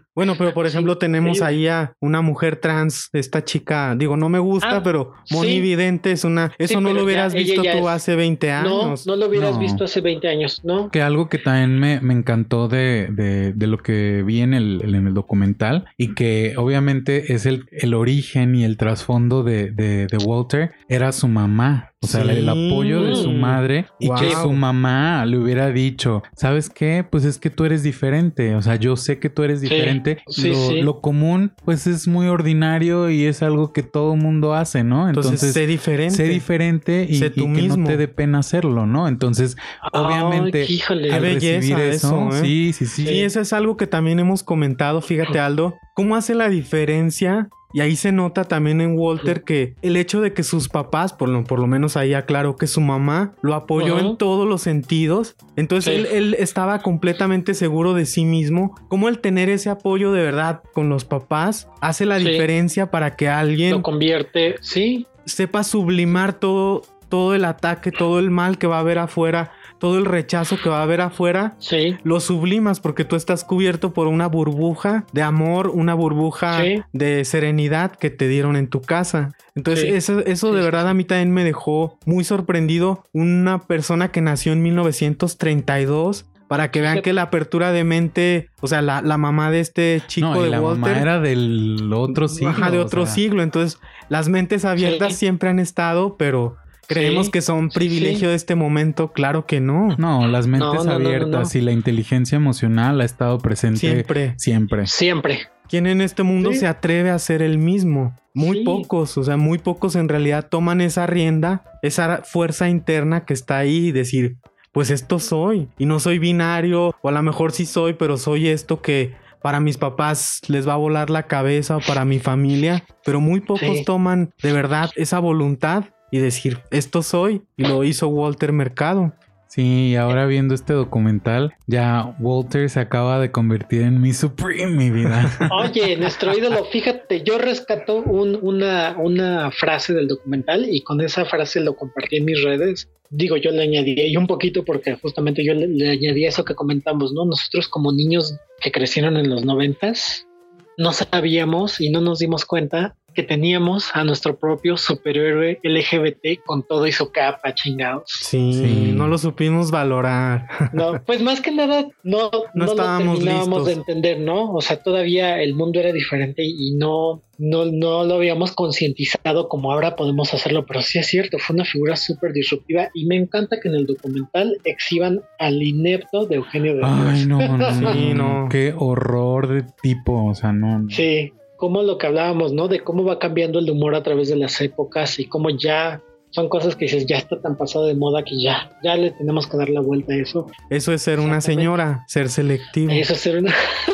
Bueno, pero por ejemplo Sí, tenemos sí. ahí a una mujer trans, esta chica, digo, no me gusta, Ah, pero sí. monividente es una... Eso Sí, no lo pero hubieras ya- ella visto ya tú es- hace veinte No, años. no lo hubieras No. visto hace veinte años, ¿no? Que algo que también me, me encantó de, de, de lo que vi en el, en el documental y que obviamente es el, el origen y el trasfondo de, de, de Walter, era su mamá. O sea, Sí. el apoyo de su madre y Wow. que su mamá le hubiera dicho, ¿sabes qué? Pues es que tú eres diferente. O sea, yo sé que tú eres Sí, diferente. sí, lo, sí. lo común, pues es muy ordinario y es algo que todo mundo hace, ¿no? Entonces, sé diferente. sé diferente y, Sé y tú que mismo. no te dé pena hacerlo, ¿no? Entonces, obviamente, Ay, híjole. Qué al belleza recibir eso, eso, ¿eh? sí, sí, sí. Sí, eso es algo que también hemos comentado, fíjate Aldo, cómo hace la diferencia. Y ahí se nota también en Walter que el hecho de que sus papás, por lo, por lo menos ahí aclaró que su mamá lo apoyó Ajá. en todos los sentidos. Entonces Sí. él, él estaba completamente seguro de sí mismo. Cómo el tener ese apoyo de verdad con los papás hace la Sí. diferencia para que alguien Lo convierte, sí, sepa sublimar todo, todo el ataque, todo el mal que va a haber afuera, todo el rechazo que va a haber afuera. sí, Lo sublimas porque tú estás cubierto por una burbuja de amor, una burbuja Sí. de serenidad que te dieron en tu casa. Entonces Sí. eso, eso Sí, de sí, verdad a mí también me dejó muy sorprendido. Una persona que nació en mil novecientos treinta y dos. Para que vean Fíjate. que la apertura de mente, o sea, la, la mamá de este chico No, y de la Walter mamá era del otro siglo. Ajá, de o otro sea, siglo. Entonces, las mentes abiertas Sí. siempre han estado, pero creemos Sí. que son Sí, privilegio sí. de este momento. Claro que no. No, las mentes No, no, no, no, abiertas no. y la inteligencia emocional ha estado presente Siempre. siempre. siempre. ¿Quién en este mundo Sí. se atreve a ser el mismo? Muy Sí. pocos, o sea, muy pocos en realidad toman esa rienda, esa fuerza interna que está ahí y decir, pues esto soy. Y no soy binario, o a lo mejor sí soy, pero soy esto que para mis papás les va a volar la cabeza o para mi familia. Pero muy pocos Sí. toman de verdad esa voluntad y decir, esto soy. Y lo hizo Walter Mercado. Sí, y ahora viendo este documental, ya Walter se acaba de convertir en mi Supreme, mi vida. Oye, nuestro ídolo, fíjate, yo rescato un, una, una frase del documental y con esa frase lo compartí en mis redes. Digo, yo le añadí y un poquito porque justamente yo le, le añadí eso que comentamos, ¿no? Nosotros como niños que crecieron en los noventas, no sabíamos y no nos dimos cuenta que teníamos a nuestro propio superhéroe L G B T con todo y su capa, chingados. Sí, Sí. no lo supimos valorar. No, pues más que nada no, No no, lo estábamos terminábamos listos. de entender, ¿no? O sea, todavía el mundo era diferente y no, no, no lo habíamos concientizado como ahora podemos hacerlo, pero sí es cierto, fue una figura súper disruptiva y me encanta que en el documental exhiban al inepto de Eugenio Derbez. Ay, no, no, Sí, no. no. Qué horror de tipo, o sea, no. Sí, como lo que hablábamos, ¿no? De cómo va cambiando el humor a través de las épocas y cómo ya son cosas que dices, ya está tan pasado de moda que ya, ya le tenemos que dar la vuelta a eso. Eso es ser una Exactamente. señora, ser selectivo. Eso es ser una...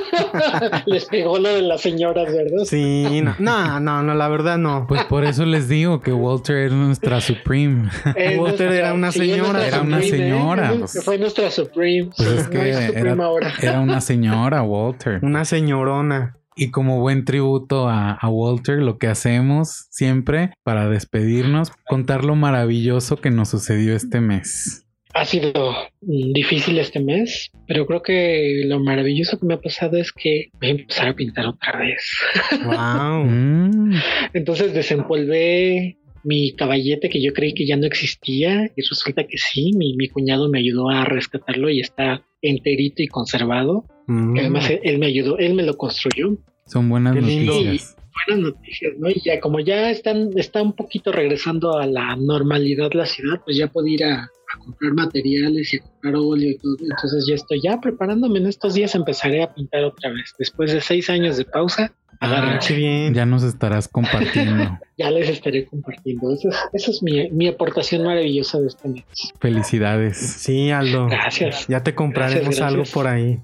Les pegó lo de las señoras, ¿verdad? Sí, no, no, no, no, la verdad no. Pues por eso les digo que Walter es nuestra Supreme. Es Walter era una sí, es señora. nuestra Era una Supreme, ¿eh? señora, Es- pues. Fue nuestra Supreme. Pues Sí, es que no es Supreme era, ahora. era una señora, Walter. Una señorona. Y como buen tributo a, a Walter, lo que hacemos siempre para despedirnos, contar lo maravilloso que nos sucedió este mes. Ha sido mm, difícil este mes, pero creo que lo maravilloso que me ha pasado es que voy a empezar a pintar otra vez. Wow. Mm, Entonces desempolvé mi caballete que yo creí que ya no existía y resulta que sí, mi, mi cuñado me ayudó a rescatarlo y está enterito y conservado. Mm. Además, él, él me ayudó, él me lo construyó. son buenas Qué lindo. noticias. Buenas noticias, ¿no? Y ya como ya están, está un poquito regresando a la normalidad la ciudad, pues ya puedo ir a, a comprar materiales y a comprar óleo y todo. Entonces ya estoy ya preparándome. En estos días empezaré a pintar otra vez. Después de seis años de pausa, Ah, agárrense. qué bien. Ya nos estarás compartiendo. Ya les estaré compartiendo. Esa es, esa es mi, mi aportación maravillosa de este mes. Felicidades. Sí, Aldo. Gracias. Ya te compraremos Gracias, algo gracias. por ahí.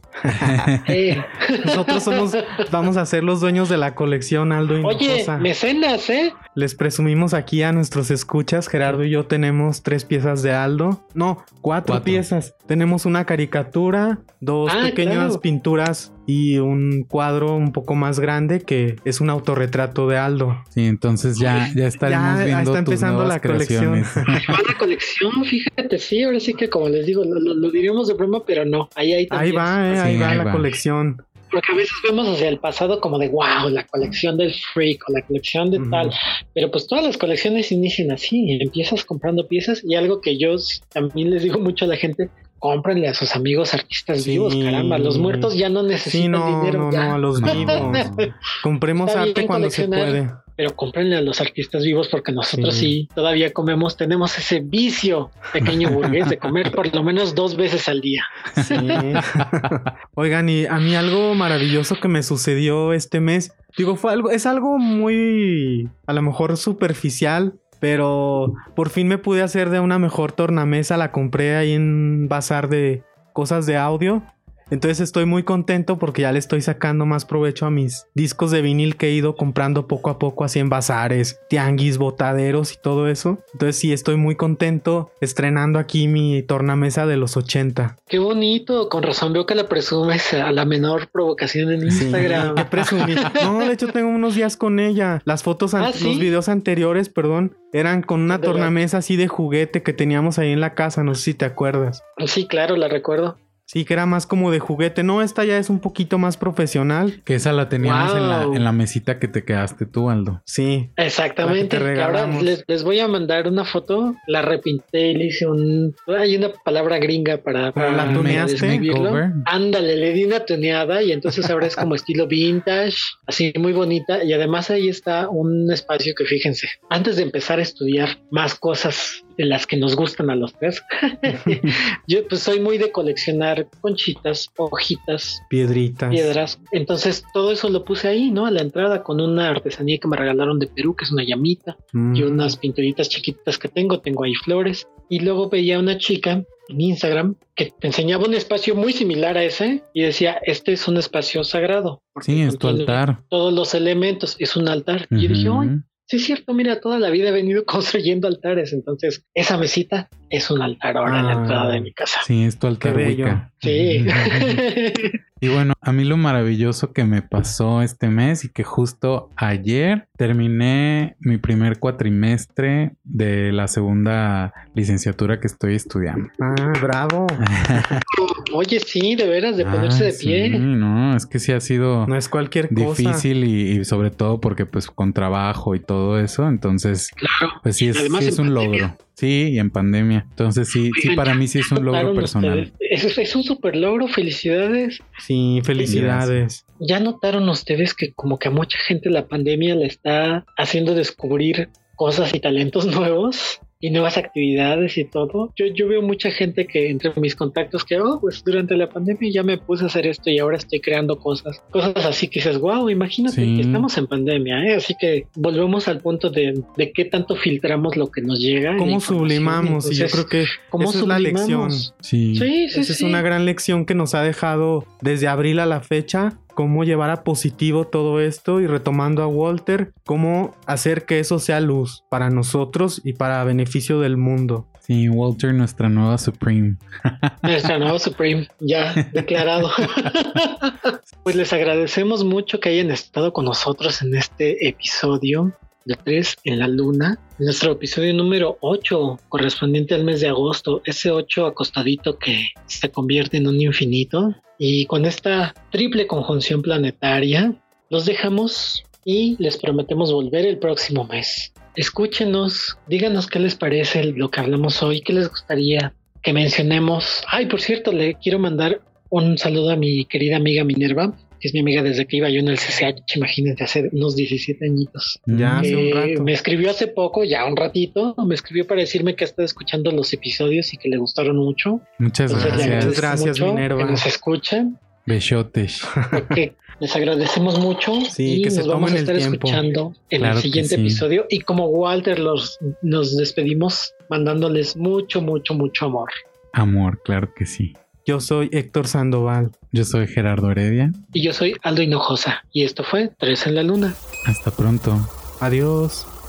Eh, Nosotros somos, vamos a ser los dueños de la colección, Aldo y Oye, Hinojosa. mecenas, ¿eh? Les presumimos aquí a nuestros escuchas. Gerardo y yo tenemos tres piezas de Aldo. No, cuatro, Cuatro. piezas. Tenemos una caricatura, dos Ah, pequeñas claro. pinturas y un cuadro un poco más grande que es un autorretrato de Aldo. Sí, entonces ya, ya estaremos Ya viendo está tus empezando nuevas la colección. creaciones. Va la colección, fíjate, sí, ahora sí que como les digo, lo, lo- lo diríamos de broma, pero no. Ahí, ahí, Ahí también. va, eh, ahí Sí, va ahí la va. colección. porque a veces vemos hacia el pasado como de wow, la colección del freak o la colección de uh-huh. tal, pero pues todas las colecciones inician así, empiezas comprando piezas y algo que yo también les digo mucho a la gente, cómprenle a sus amigos artistas sí. vivos, caramba, los muertos ya no necesitan sí, no, dinero. No, ya. no, los vivos. Compremos Está arte cuando se puede. Pero cómprenle a los artistas vivos porque nosotros sí. sí todavía comemos, tenemos ese vicio pequeño burgués de comer por lo menos dos veces al día. Sí. Oigan, y a mí algo maravilloso que me sucedió este mes, digo, fue algo, es algo muy, a lo mejor superficial, pero por fin me pude hacer de una mejor tornamesa, la compré ahí en bazar de cosas de audio. Entonces estoy muy contento porque ya le estoy sacando más provecho a mis discos de vinil que he ido comprando poco a poco así en bazares, tianguis, botaderos y todo eso. Entonces sí, estoy muy contento estrenando aquí mi tornamesa de los ochenta. ¡Qué bonito! Con razón veo que la presumes a la menor provocación en Instagram. Sí, qué presumir. No, de hecho tengo unos días con ella. Las fotos, an- ah, ¿sí? Los videos anteriores, perdón, eran con una tornamesa así de juguete que teníamos ahí en la casa. No sé si te acuerdas. Sí, claro, la recuerdo. Sí, que era más como de juguete. No, esta ya es un poquito más profesional. Que esa la teníamos wow. en, la, en la mesita que te quedaste tú, Aldo. Sí. Exactamente. Que ahora les, les voy a mandar una foto. La repinté y le hice un... Hay una palabra gringa para... para la tuneaste. Ándale, le di una tuneada y entonces ahora es como estilo vintage, así muy bonita. Y además ahí está un espacio que fíjense, antes de empezar a estudiar más cosas de las que nos gustan a los tres, yo pues soy muy de coleccionar conchitas, hojitas, piedritas, piedras. Entonces todo eso lo puse ahí, ¿no? A la entrada con una artesanía que me regalaron de Perú, que es una llamita mm. y unas pinturitas chiquitas que tengo. Tengo ahí flores. Y luego veía una chica en Instagram que te enseñaba un espacio muy similar a ese y decía, este es un espacio sagrado. Sí, es tu altar. Todos los elementos, es un altar. Uh-huh. Y yo dije, ¡ay! Sí, es cierto, mira, toda la vida he venido construyendo altares, entonces esa mesita es un altar ahora ah, en la entrada de mi casa. Sí, es tu altar Wicca. Sí. Y bueno, a mí lo maravilloso que me pasó este mes y que justo ayer terminé mi primer cuatrimestre de la segunda licenciatura que estoy estudiando. Ah, bravo. Oye, sí, de veras, de ponerse ah, de pie. Sí, no, es que sí ha sido no es cualquier difícil cosa. Y, y sobre todo porque pues con trabajo y todo eso, entonces claro. pues sí es, sí es un pandemia. logro. Sí, y en pandemia. Entonces sí, Oigan, sí para mí sí es un logro personal. Es, es un súper logro, felicidades. Sí, felicidades. ¿Ya notaron ustedes que como que a mucha gente la pandemia le está haciendo descubrir cosas y talentos nuevos? Y nuevas actividades y todo. Yo, yo veo mucha gente que entre mis contactos que, oh, pues durante la pandemia ya me puse a hacer esto y ahora estoy creando cosas. Cosas así que dices, wow, imagínate sí. que estamos en pandemia, ¿eh? Así que volvemos al punto de, de qué tanto filtramos lo que nos llega. ¿Cómo sublimamos? Entonces, y yo creo que esa es la lección. Sí, sí, sí. Esa sí. es una gran lección que nos ha dejado desde abril a la fecha. Cómo llevar a positivo todo esto y retomando a Walter, cómo hacer que eso sea luz para nosotros y para beneficio del mundo. Sí, Walter, nuestra nueva Supreme. Nuestra nueva Supreme, ya declarado. Pues les agradecemos mucho que hayan estado con nosotros en este episodio de Tres en la Luna. Nuestro episodio número ocho, correspondiente al mes de agosto. Ese ocho acostadito que se convierte en un infinito. Y con esta triple conjunción planetaria, los dejamos y les prometemos volver el próximo mes. Escúchenos, díganos qué les parece lo que hablamos hoy, qué les gustaría que mencionemos. Ay, por cierto, le quiero mandar un saludo a mi querida amiga Minerva, que es mi amiga desde que iba yo en el C C H, imagínense, hace unos diecisiete añitos. Ya hace eh, un rato. Me escribió hace poco, ya un ratito, me escribió para decirme que ha estado escuchando los episodios y que le gustaron mucho. Muchas Entonces, gracias. Muchas gracias, mucho Minerva. Que nos escuchan. Besotes. Okay. Les agradecemos mucho sí, y que nos se vamos a tomen estar el tiempo. escuchando en Claro el siguiente sí. episodio. Y como Walter, los, nos despedimos mandándoles mucho, mucho, mucho amor. Amor, claro que sí. Yo soy Héctor Sandoval. Yo soy Gerardo Heredia. Y yo soy Aldo Hinojosa. Y esto fue Tres en la Luna. Hasta pronto. Adiós.